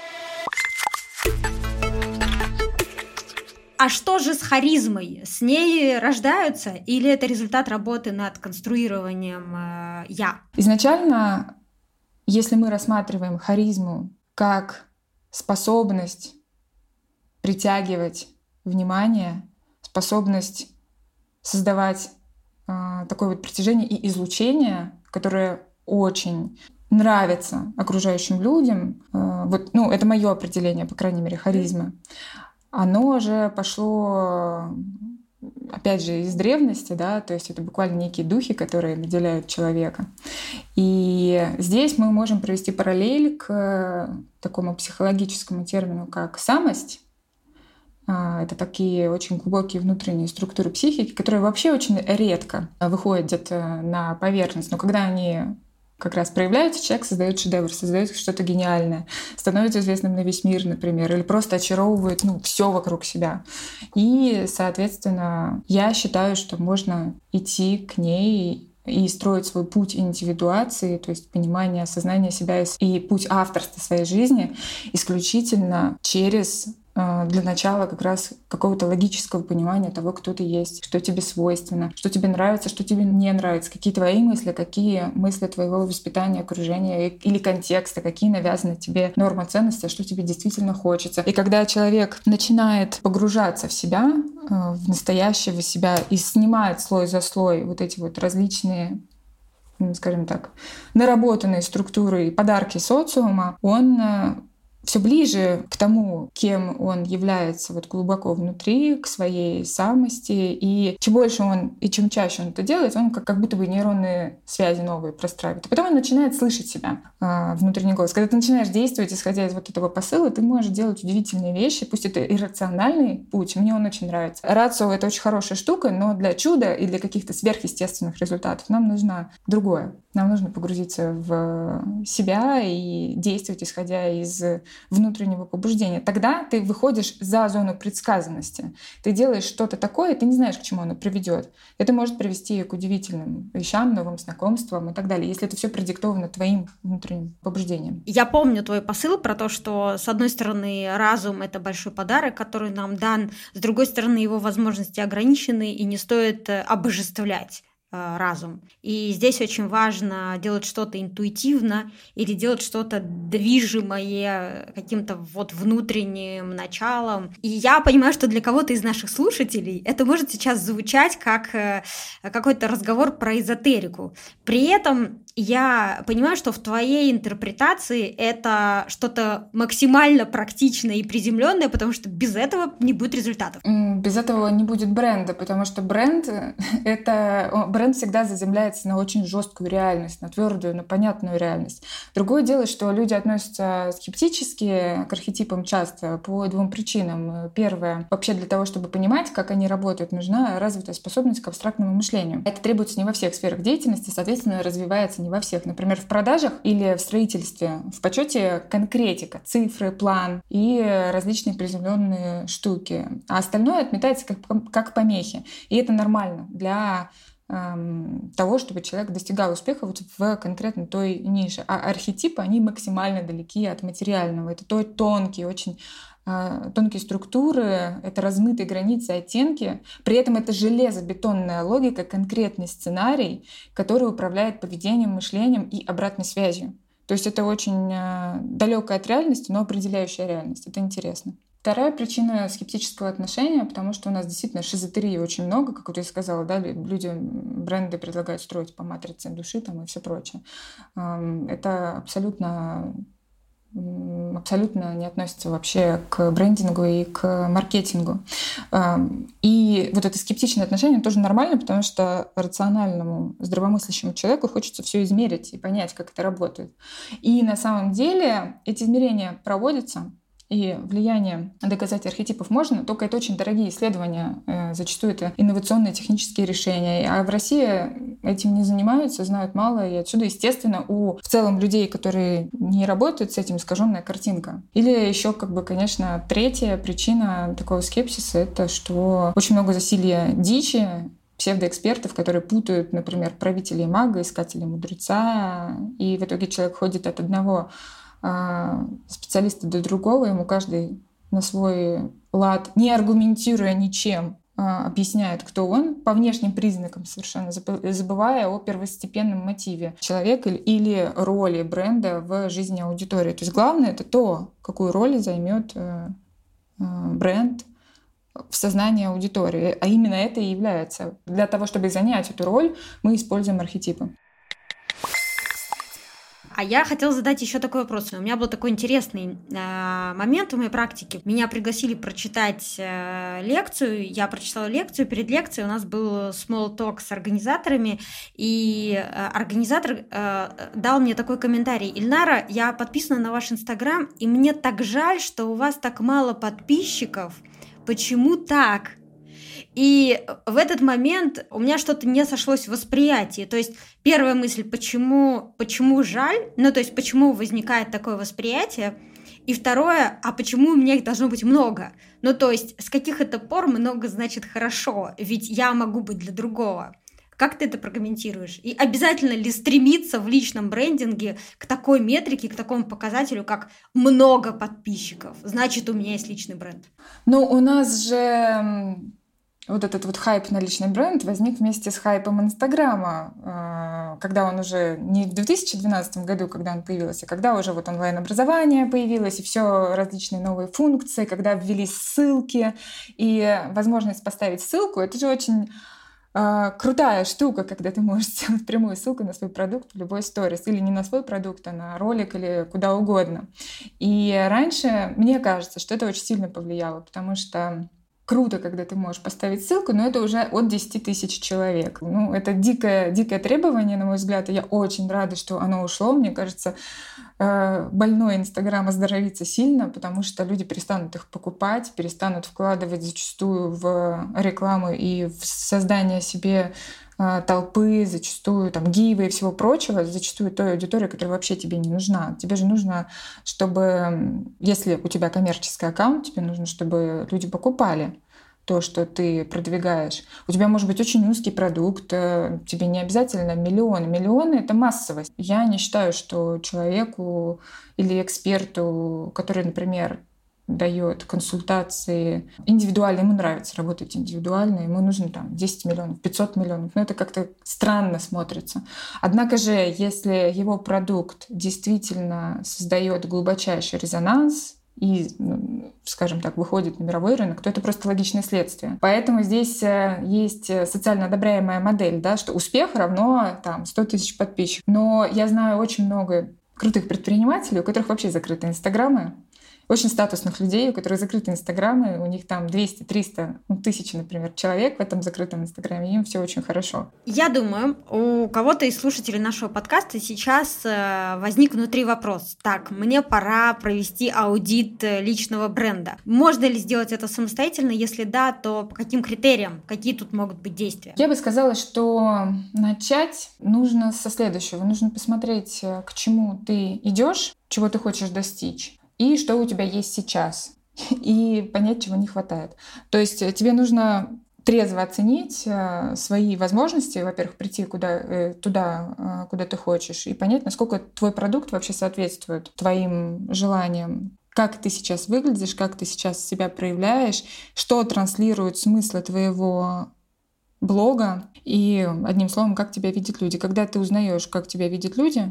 S1: А что же с харизмой? С ней рождаются или это результат работы над конструированием э, «я»?
S2: Изначально, если мы рассматриваем харизму как способность притягивать внимание, способность создавать э, такое вот притяжение и излучение, которое очень нравится окружающим людям. Э, вот, ну, это мое определение, по крайней мере, харизмы. Оно же пошло, опять же, из древности, да, то есть это буквально некие духи, которые наделяют человека. И здесь мы можем провести параллель к такому психологическому термину, как самость. Это такие очень глубокие внутренние структуры психики, которые вообще очень редко выходят на поверхность. Но когда они как раз проявляются, человек создает шедевр, создает что-то гениальное, становится известным на весь мир, например, или просто очаровывает ну, все вокруг себя. И, соответственно, я считаю, что можно идти к ней и строить свой путь индивидуации, то есть понимание, осознание себя и путь авторства своей жизни исключительно через для начала как раз какого-то логического понимания того, кто ты есть, что тебе свойственно, что тебе нравится, что тебе не нравится, какие твои мысли, какие мысли твоего воспитания, окружения или контекста, какие навязаны тебе нормы ценности, что тебе действительно хочется. И когда человек начинает погружаться в себя, в настоящего себя и снимает слой за слой вот эти вот различные, скажем так, наработанные структуры и подарки социума, он все ближе к тому, кем он является вот глубоко внутри, к своей самости. И чем больше он и чем чаще он это делает, он как, как будто бы нейронные связи новые простраивает. И потом он начинает слышать себя, э, внутренний голос. Когда ты начинаешь действовать, исходя из вот этого посыла, ты можешь делать удивительные вещи. Пусть это иррациональный путь, мне он очень нравится. Рацио — это очень хорошая штука, но для чуда и для каких-то сверхъестественных результатов нам нужно другое. Нам нужно погрузиться в себя и действовать, исходя из внутреннего побуждения. Тогда ты выходишь за зону предсказанности. Ты делаешь что-то такое, и ты не знаешь, к чему оно приведет. Это может привести к удивительным вещам, новым знакомствам и так далее, если это все продиктовано твоим внутренним побуждением.
S1: Я помню твой посыл про то, что, с одной стороны, разум — это большой подарок, который нам дан, с другой стороны, его возможности ограничены, и не стоит обожествлять разум. И здесь очень важно делать что-то интуитивно или делать что-то движимое каким-то вот внутренним началом. И я понимаю, что для кого-то из наших слушателей это может сейчас звучать как какой-то разговор про эзотерику. При этом я понимаю, что в твоей интерпретации это что-то максимально практичное и приземленное, потому что без этого не будет результатов.
S2: Без этого не будет бренда, потому что бренд — это бренд всегда заземляется на очень жесткую реальность, на твердую, на понятную реальность. Другое дело, что люди относятся скептически к архетипам часто по двум причинам. Первое, вообще для того, чтобы понимать, как они работают, нужна развитая способность к абстрактному мышлению. Это требуется не во всех сферах деятельности, соответственно, развивается не во всех. Например, в продажах или в строительстве. В почете конкретика, цифры, план и различные приземленные штуки. А остальное отметается как, как помехи. И это нормально для эм, того, чтобы человек достигал успеха вот в конкретно той нише. А архетипы, они максимально далеки от материального. Это то тонкие, очень тонкие структуры, это размытые границы, оттенки. При этом это железобетонная логика, конкретный сценарий, который управляет поведением, мышлением и обратной связью. То есть это очень далекая от реальности, но определяющая реальность. Это интересно. Вторая причина скептического отношения, потому что у нас действительно шизотерии очень много, как вот я сказала, да, люди, бренды предлагают строить по матрице души там, и все прочее. Это абсолютно абсолютно не относится вообще к брендингу и к маркетингу. И вот это скептичное отношение тоже нормально, потому что рациональному, здравомыслящему человеку хочется все измерить и понять, как это работает. И на самом деле эти измерения проводятся, и влияние доказать архетипов можно, только это очень дорогие исследования, зачастую это инновационные технические решения. А в России этим не занимаются, знают мало, и отсюда, естественно, у в целом людей, которые не работают с этим, искаженная картинка. Или еще, как бы, конечно, третья причина такого скепсиса — это что очень много засилья дичи, псевдоэкспертов, которые путают, например, правителей мага, искателей мудреца, и в итоге человек ходит от одного специалиста до другого, ему каждый на свой лад, не аргументируя ничем, объясняет, кто он, по внешним признакам совершенно, забывая о первостепенном мотиве человека или роли бренда в жизни аудитории. То есть главное — это то, какую роль займет бренд в сознании аудитории. А именно это и является. Для того, чтобы занять эту роль, мы используем архетипы.
S1: А я хотела задать еще такой вопрос. У меня был такой интересный э, момент в моей практике. Меня пригласили прочитать э, лекцию. Я прочитала лекцию. Перед лекцией у нас был small talk с организаторами. И э, организатор э, дал мне такой комментарий: Ильнара, я подписана на ваш Инстаграм, и мне так жаль, что у вас так мало подписчиков, почему так? И в этот момент у меня что-то не сошлось в восприятии. То есть первая мысль, почему, почему жаль, ну то есть почему возникает такое восприятие, и второе, а почему у меня их должно быть много? Ну то есть с каких это пор много значит хорошо, ведь я могу быть для другого. Как ты это прокомментируешь? И обязательно ли стремиться в личном брендинге к такой метрике, к такому показателю, как много подписчиков? Значит, у меня есть личный бренд.
S2: Ну, у нас же вот этот вот хайп на личный бренд возник вместе с хайпом Инстаграма, когда он уже не в две тысячи двенадцатом году, когда он появился, когда уже вот онлайн-образование появилось, и все различные новые функции, когда ввелись ссылки, и возможность поставить ссылку, это же очень крутая штука, когда ты можешь сделать прямую ссылку на свой продукт в любой сторис, или не на свой продукт, а на ролик или куда угодно. И раньше, мне кажется, что это очень сильно повлияло, потому что круто, когда ты можешь поставить ссылку, но это уже от десяти тысяч человек. Ну, это дикое, дикое требование, на мой взгляд, и я очень рада, что оно ушло. Мне кажется, больной Инстаграм оздоровится сильно, потому что люди перестанут их покупать, перестанут вкладывать зачастую в рекламу и в создание себе толпы, зачастую там гивы и всего прочего, зачастую той аудитории, которая вообще тебе не нужна. Тебе же нужно, чтобы, если у тебя коммерческий аккаунт, тебе нужно, чтобы люди покупали то, что ты продвигаешь. У тебя может быть очень узкий продукт, тебе не обязательно миллионы. Миллионы — это массовость. Я не считаю, что человеку или эксперту, который, например, дает консультации индивидуально, ему нравится работать индивидуально, ему нужно там десять миллионов, пятьсот миллионов, но это как-то странно смотрится. Однако же, если его продукт действительно создает глубочайший резонанс и, скажем так, выходит на мировой рынок, то это просто логичное следствие. Поэтому здесь есть социально одобряемая модель, да, что успех равно там, сто тысяч подписчиков. Но я знаю очень много крутых предпринимателей, у которых вообще закрыты инстаграмы, очень статусных людей, у которых закрыты инстаграмы, у них там двести-триста, ну, тысячи, например, человек в этом закрытом инстаграме, им все очень хорошо.
S1: Я думаю, у кого-то из слушателей нашего подкаста сейчас э, возник внутри вопрос. Так, мне пора провести аудит личного бренда. Можно ли сделать это самостоятельно? Если да, то по каким критериям? Какие тут могут быть действия?
S2: Я бы сказала, что начать нужно со следующего. Нужно посмотреть, к чему ты идешь, чего ты хочешь достичь, и что у тебя есть сейчас, и понять, чего не хватает. То есть тебе нужно трезво оценить свои возможности, во-первых, прийти куда, туда, куда ты хочешь, и понять, насколько твой продукт вообще соответствует твоим желаниям, как ты сейчас выглядишь, как ты сейчас себя проявляешь, что транслирует смысл твоего блога, и, одним словом, как тебя видят люди. Когда ты узнаешь, как тебя видят люди,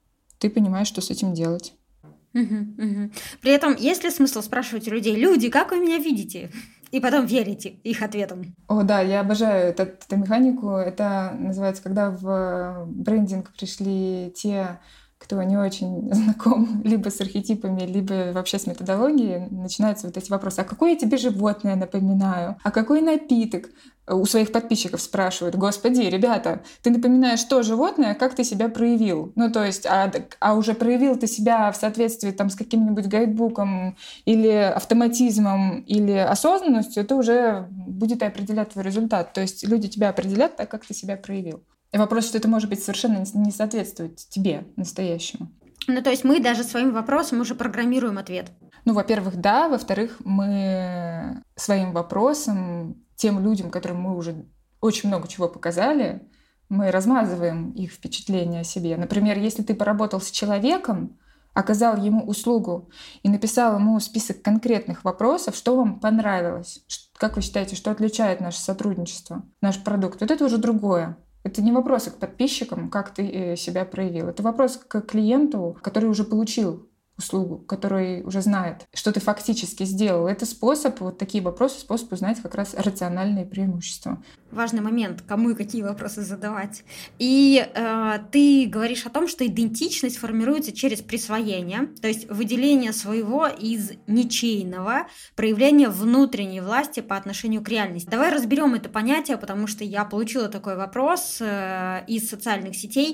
S2: ты понимаешь, что с этим делать.
S1: Угу, угу. При этом есть ли смысл спрашивать у людей: люди, как вы меня видите? И потом верите их ответам.
S2: О, да, я обожаю эту, эту механику. Это называется, когда в брендинг пришли те, кто не очень знаком либо с архетипами, либо вообще с методологией, начинаются вот эти вопросы. А какое я тебе животное напоминаю? А какой напиток? У своих подписчиков спрашивают: господи, ребята, ты напоминаешь то животное, как ты себя проявил? Ну, то есть, а, а уже проявил ты себя в соответствии там, с каким-нибудь гайдбуком или автоматизмом или осознанностью, это уже будет определять твой результат. То есть люди тебя определят так, как ты себя проявил. И вопрос, что это может быть совершенно не соответствует тебе настоящему.
S1: Ну, то есть мы даже своим вопросом уже программируем ответ.
S2: Ну, во-первых, да. Во-вторых, мы своим вопросом тем людям, которым мы уже очень много чего показали, мы размазываем их впечатление о себе. Например, если ты поработал с человеком, оказал ему услугу и написал ему список конкретных вопросов, что вам понравилось, как вы считаете, что отличает наше сотрудничество, наш продукт, вот это уже другое. Это не вопросы к подписчикам, как ты себя проявил. Это вопрос к клиенту, который уже получил услугу, который уже знает, что ты фактически сделал. Это способ, вот такие вопросы, способ узнать как раз рациональные преимущества.
S1: Важный момент, кому и какие вопросы задавать. И э, ты говоришь о том, что идентичность формируется через присвоение, то есть выделение своего из ничейного, проявление внутренней власти по отношению к реальности. Давай разберем это понятие, потому что я получила такой вопрос э, из социальных сетей.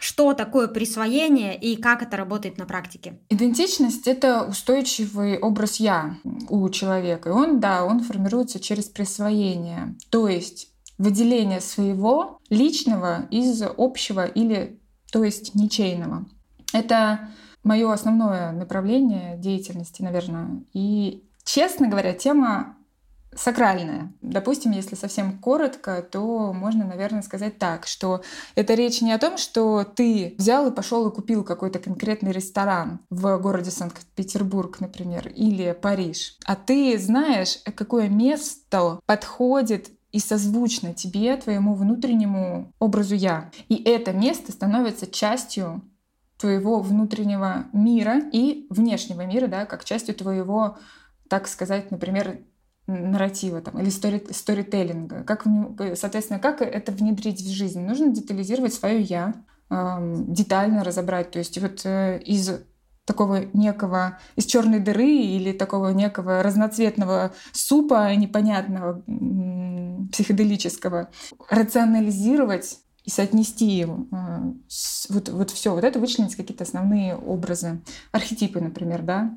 S1: Что такое присвоение и как это работает на практике?
S2: Идентичность — это устойчивый образ «я» у человека. И он, да, он формируется через присвоение. То есть выделение своего личного из общего или, то есть, ничейного. Это мое основное направление деятельности, наверное. И, честно говоря, тема сакральная. Допустим, если совсем коротко, то можно, наверное, сказать так, что это речь не о том, что ты взял и пошел и купил какой-то конкретный ресторан в городе Санкт-Петербург, например, или Париж, а ты знаешь, какое место подходит и созвучно тебе, твоему внутреннему образу «я». И это место становится частью твоего внутреннего мира и внешнего мира, да, как частью твоего, так сказать, например, нарратива там, или стори, сторителлинга. Как, соответственно, как это внедрить в жизнь? Нужно детализировать свое «я», эм, детально разобрать. То есть вот э, из такого некого, из черной дыры или такого некого разноцветного супа непонятного, м- психоделического рационализировать и соотнести его. Вот, вот все, вот это вычленить какие-то основные образы, архетипы, например, да.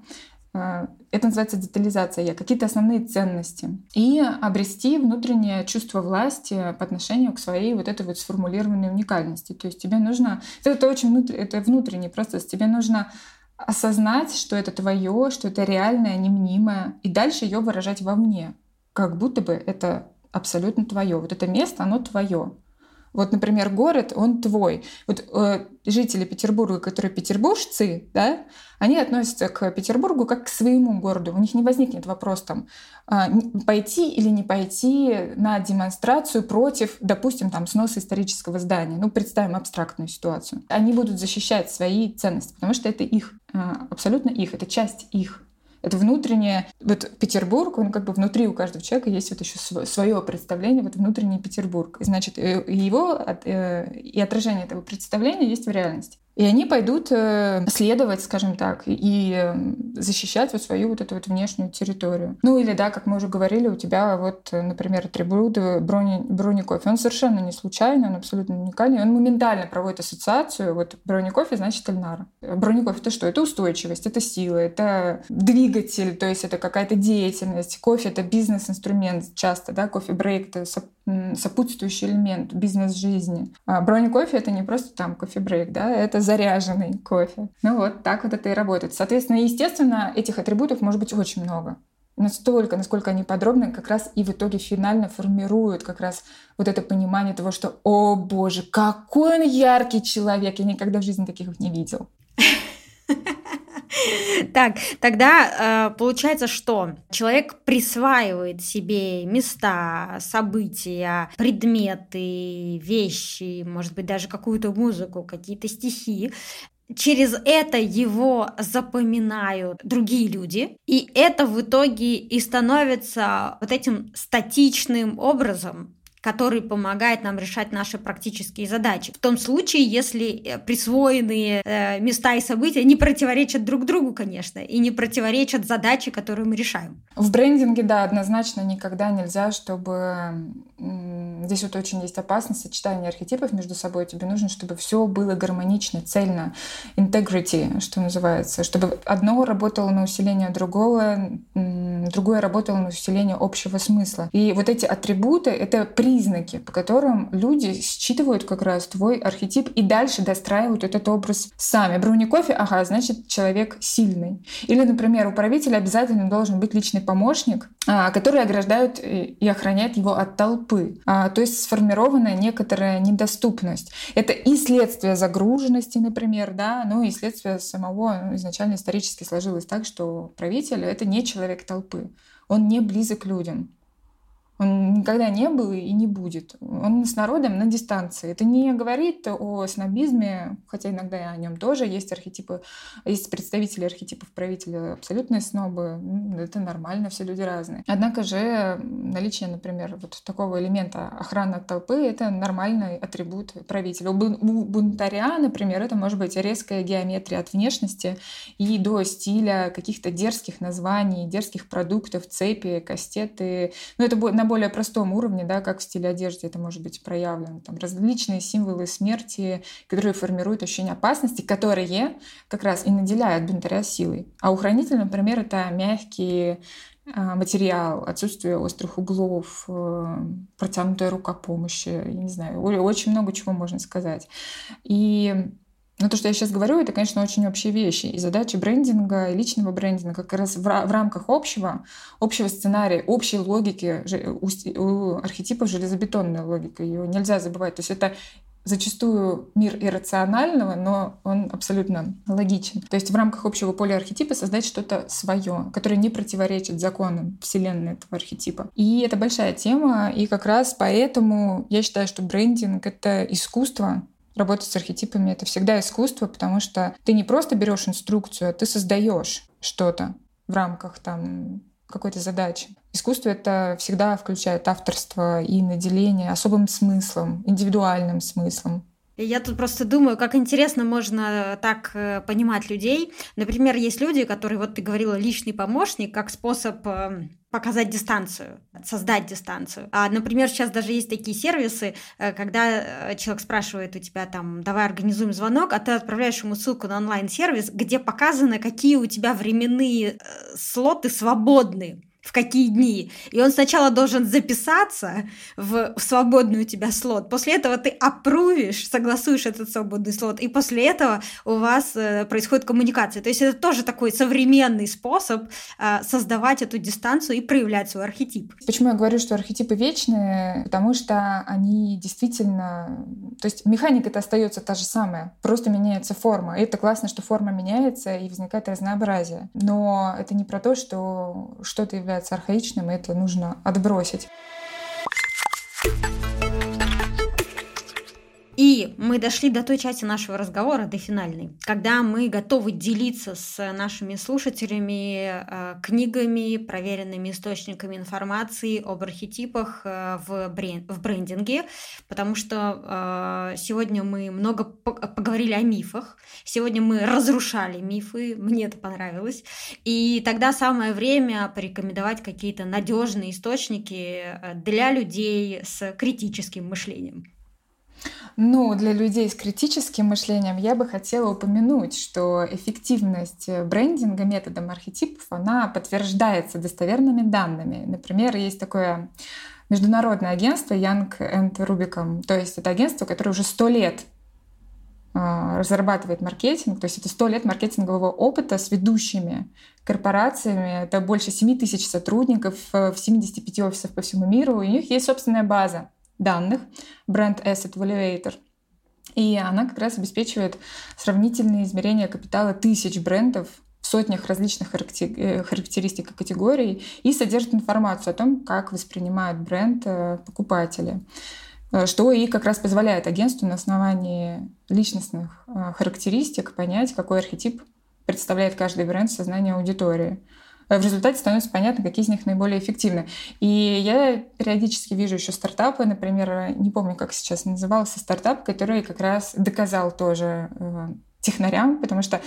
S2: Это называется детализация «я», какие-то основные ценности. И обрести внутреннее чувство власти по отношению к своей вот этой вот сформулированной уникальности. То есть тебе нужно... Это очень внутренний, это внутренний процесс. Тебе нужно осознать, что это твое, что это реальное, немнимое, и дальше ее выражать вовне. Как будто бы это абсолютно твое. Вот это место, оно твое. Вот, например, город, он твой. Вот э, жители Петербурга, которые петербуржцы, да, они относятся к Петербургу как к своему городу. У них не возникнет вопрос там, э, пойти или не пойти на демонстрацию против, допустим, там, сноса исторического здания. Ну, представим абстрактную ситуацию. Они будут защищать свои ценности, потому что это их, э, абсолютно их, это часть их. Это внутреннее... Вот Петербург, он как бы внутри у каждого человека есть вот еще свое представление, вот внутренний Петербург. И, значит, его и отражение этого представления есть в реальности. И они пойдут следовать, скажем так, и защищать вот свою вот эту вот внешнюю территорию. Ну или, да, как мы уже говорили, у тебя вот, например, атрибут брони, бронекофе. Он совершенно не случайный, он абсолютно уникальный. Он моментально проводит ассоциацию. Вот бронекофе значит Эльнара. Бронекофе — это что? Это устойчивость, это сила, это двигатель, то есть это какая-то деятельность. Кофе — это бизнес-инструмент часто, да, кофе-брейк — это сопутствующий элемент бизнес-жизни. А бронекофе — это не просто там кофе-брейк, да, это заряженный кофе. Ну вот так вот это и работает. Соответственно, естественно, этих атрибутов может быть очень много. Настолько, насколько они подробно, как раз и в итоге финально формируют как раз вот это понимание того, что, о боже, какой он яркий человек, я никогда в жизни таких не видел.
S1: Так, тогда э, получается, что человек присваивает себе места, события, предметы, вещи, может быть, даже какую-то музыку, какие-то стихи. Через это его запоминают другие люди, и это в итоге и становится вот этим статичным образом, который помогает нам решать наши практические задачи. В том случае, если присвоенные э, места и события не противоречат друг другу, конечно, и не противоречат задаче, которую мы решаем.
S2: В брендинге, да, однозначно никогда нельзя, чтобы... Здесь вот очень есть опасность сочетания архетипов между собой. Тебе нужно, чтобы все было гармонично, цельно, integrity, что называется, чтобы одно работало на усиление другого, другое работало на усиление общего смысла. И вот эти атрибуты — это признаки, по которым люди считывают как раз твой архетип и дальше достраивают этот образ сами. Бронекофе, ага, значит, человек сильный. Или, например, у правителя обязательно должен быть личный помощник, который ограждает и охраняет его от толпы. То есть сформированная некоторая недоступность. Это и следствие загруженности, например, да, ну и следствие самого, ну, изначально исторически сложилось так, что правитель — это не человек толпы. Он не близок к людям. Он никогда не был и не будет. Он с народом на дистанции. Это не говорит о снобизме, хотя иногда и о нем тоже есть архетипы, есть представители архетипов правителя, абсолютные снобы. Это нормально, все люди разные. Однако же наличие, например, вот такого элемента охраны от толпы — это нормальный атрибут правителя. У бунтаря, например, это может быть резкая геометрия от внешности и до стиля каких-то дерзких названий, дерзких продуктов, цепи, кастеты. Но это будет на более простом уровне, да, как в стиле одежды это может быть проявлено. Там различные символы смерти, которые формируют ощущение опасности, которые как раз и наделяют бунтаря силой. А у хранителя, например, это мягкий материал, отсутствие острых углов, протянутая рука помощи, я не знаю, очень много чего можно сказать. И но то, что я сейчас говорю, это, конечно, очень общие вещи. И задача брендинга, и личного брендинга как раз в, в рамках общего, общего сценария, общей логики, у, у архетипов железобетонная логика, ее нельзя забывать. То есть это зачастую мир иррационального, но он абсолютно логичен. То есть в рамках общего поля архетипа создать что-то свое, которое не противоречит законам вселенной этого архетипа. И это большая тема, и как раз поэтому я считаю, что брендинг — это искусство. Работать с архетипами — это всегда искусство, потому что ты не просто берешь инструкцию, а ты создаешь что-то в рамках там какой-то задачи. Искусство — это всегда включает авторство и наделение особым смыслом, индивидуальным смыслом.
S1: Я тут просто думаю, как интересно можно так э, понимать людей. Например, есть люди, которые, вот ты говорила, личный помощник, как способ э, показать дистанцию, создать дистанцию. А, например, сейчас даже есть такие сервисы, э, когда человек спрашивает у тебя там, давай организуем звонок, а ты отправляешь ему ссылку на онлайн-сервис, где показано, какие у тебя временные э, слоты свободны. В какие дни. И он сначала должен записаться в, в свободный у тебя слот. После этого ты апрувишь, согласуешь этот свободный слот, и после этого у вас э, происходит коммуникация. То есть это тоже такой современный способ э, создавать эту дистанцию и проявлять свой архетип.
S2: Почему я говорю, что архетипы вечные? Потому что они действительно... То есть механика-то остается та же самая, просто меняется форма. И это классно, что форма меняется и возникает разнообразие. Но это не про то, что что-то является архаичным, и это нужно отбросить.
S1: И мы дошли до той части нашего разговора, до финальной, когда мы готовы делиться с нашими слушателями э, книгами, проверенными источниками информации об архетипах э, в, брен- в брендинге, потому что э, сегодня мы много по- поговорили о мифах, сегодня мы разрушали мифы, мне это понравилось, и тогда самое время порекомендовать какие-то надежные источники для людей с критическим мышлением.
S2: Ну, для людей с критическим мышлением я бы хотела упомянуть, что эффективность брендинга методом архетипов, она подтверждается достоверными данными. Например, есть такое международное агентство Young and Rubicam, то есть это агентство, которое уже сто лет разрабатывает маркетинг, то есть это сто лет маркетингового опыта с ведущими корпорациями, это больше семь тысяч сотрудников в семидесяти пяти офисах по всему миру, и у них есть собственная база данных, Brand Asset Valuator. И она как раз обеспечивает сравнительные измерения капитала тысяч брендов в сотнях различных характеристик и категорий и содержит информацию о том, как воспринимают бренд покупатели, что и как раз позволяет агентству на основании личностных характеристик понять, какой архетип представляет каждый бренд в сознании аудитории. В результате становится понятно, какие из них наиболее эффективны. И я периодически вижу еще стартапы, например, не помню, как сейчас назывался стартап, который как раз доказал тоже э, технарям, потому что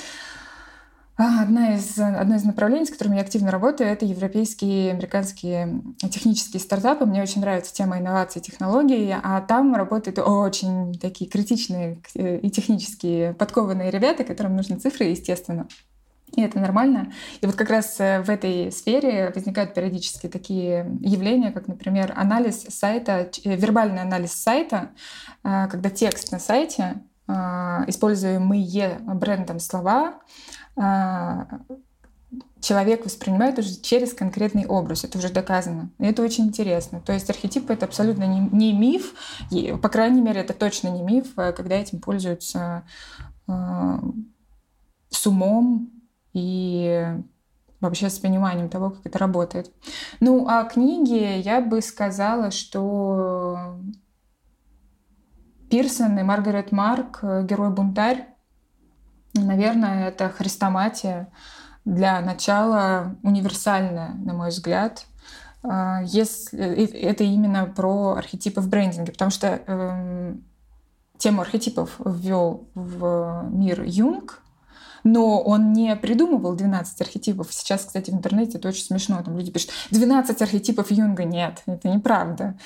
S2: одна из, одно из направлений, с которыми я активно работаю, это европейские, американские технические стартапы. Мне очень нравится тема инноваций и технологий, а там работают очень такие критичные и технически подкованные ребята, которым нужны цифры, естественно. И это нормально. И вот как раз в этой сфере возникают периодически такие явления, как, например, анализ сайта, вербальный анализ сайта, когда текст на сайте, используемые брендом слова, человек воспринимает уже через конкретный образ. Это уже доказано. И это очень интересно. То есть архетип — это абсолютно не, не миф. И, по крайней мере, это точно не миф, когда этим пользуются с умом, и вообще с пониманием того, как это работает. Ну, а книги я бы сказала, что Пирсон и Маргарет Марк «Герой-бунтарь», наверное, это хрестоматия для начала универсальная, на мой взгляд. Если это именно про архетипы в брендинге, потому что э, тему архетипов ввел в мир Юнг, Но он не придумывал двенадцать архетипов. Сейчас, кстати, в интернете это очень смешно. Там люди пишут: двенадцать архетипов Юнга. Нет, это неправда.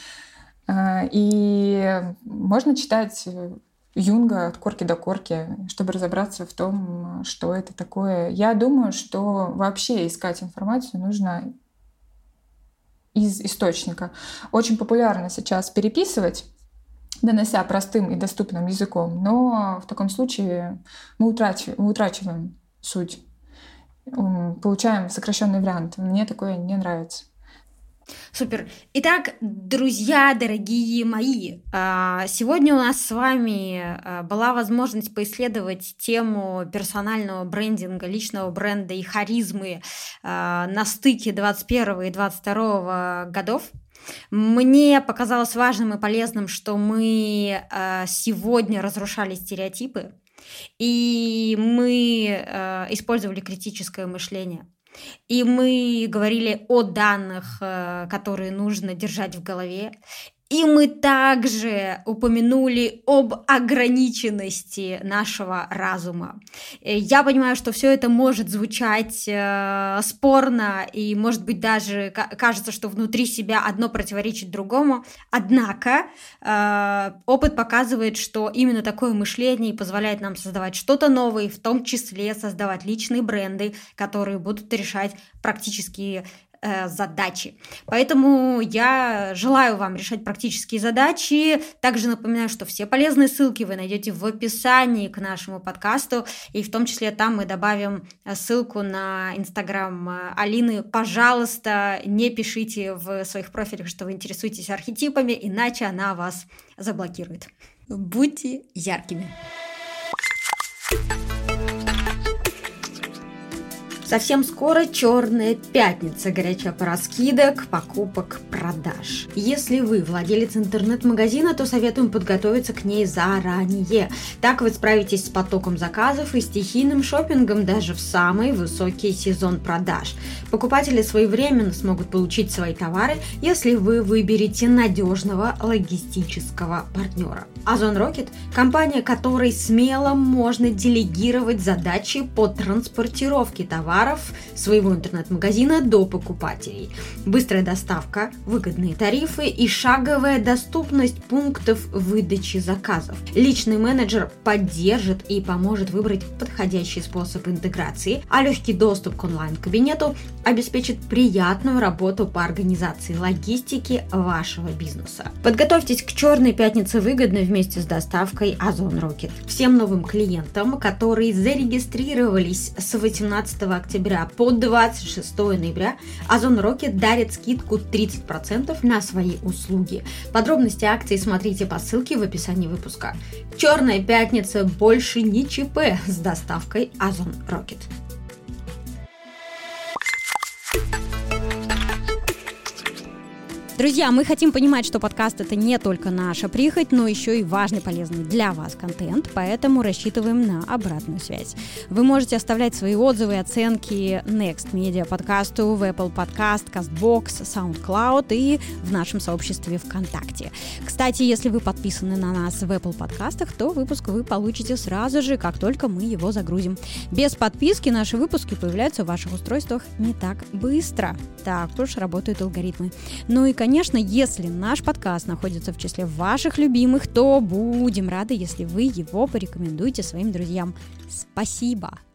S2: И можно читать Юнга от корки до корки, чтобы разобраться в том, что это такое. Я думаю, что вообще искать информацию нужно из источника. Очень популярно сейчас переписывать, донося простым и доступным языком, но в таком случае мы утрачиваем, мы утрачиваем суть, получаем сокращенный вариант. Мне такое не нравится.
S1: Супер. Итак, друзья, дорогие мои, сегодня у нас с вами была возможность поисследовать тему персонального брендинга, личного бренда и харизмы на стыке двадцать первого и двадцать второго годов. Мне показалось важным и полезным, что мы сегодня разрушали стереотипы, и мы использовали критическое мышление. И мы говорили о данных, которые нужно держать в голове. И мы также упомянули об ограниченности нашего разума. Я понимаю, что все это может звучать э, спорно, и, может быть, даже кажется, что внутри себя одно противоречит другому. Однако э, опыт показывает, что именно такое мышление позволяет нам создавать что-то новое, в том числе создавать личные бренды, которые будут решать практические задачи. Поэтому я желаю вам решать практические задачи. Также напоминаю, что все полезные ссылки вы найдете в описании к нашему подкасту, и в том числе там мы добавим ссылку на Инстаграм Алины. Пожалуйста, не пишите в своих профилях, что вы интересуетесь архетипами, иначе она вас заблокирует. Будьте яркими. Совсем скоро Черная пятница, горячая пора скидок, покупок, продаж. Если вы владелец интернет-магазина, то советуем подготовиться к ней заранее. Так вы справитесь с потоком заказов и стихийным шопингом даже в самый высокий сезон продаж. Покупатели своевременно смогут получить свои товары, если вы выберете надежного логистического партнера. Озон Rocket – компания, которой смело можно делегировать задачи по транспортировке товаров своего интернет-магазина до покупателей. Быстрая доставка, выгодные тарифы и шаговая доступность пунктов выдачи заказов. Личный менеджер поддержит и поможет выбрать подходящий способ интеграции, а легкий доступ к онлайн-кабинету обеспечит приятную работу по организации логистики вашего бизнеса. Подготовьтесь к Черной пятнице выгодно вместе с доставкой Озон Rocket. Всем новым клиентам, которые зарегистрировались с восемнадцатого октября по двадцать шестого ноября, Озон Rocket дарит скидку тридцать процентов на свои услуги. Подробности акции смотрите по ссылке в описании выпуска. Черная пятница больше не ЧП с доставкой Озон Rocket. Друзья, мы хотим понимать, что подкаст – это не только наша прихоть, но еще и важный, полезный для вас контент, поэтому рассчитываем на обратную связь. Вы можете оставлять свои отзывы и оценки Next Media подкасту в Apple Podcast, CastBox, SoundCloud и в нашем сообществе ВКонтакте. Кстати, если вы подписаны на нас в Apple подкастах, то выпуск вы получите сразу же, как только мы его загрузим. Без подписки наши выпуски появляются в ваших устройствах не так быстро. Так уж работают алгоритмы. Ну и, конечно, если наш подкаст находится в числе ваших любимых, то будем рады, если вы его порекомендуете своим друзьям. Спасибо!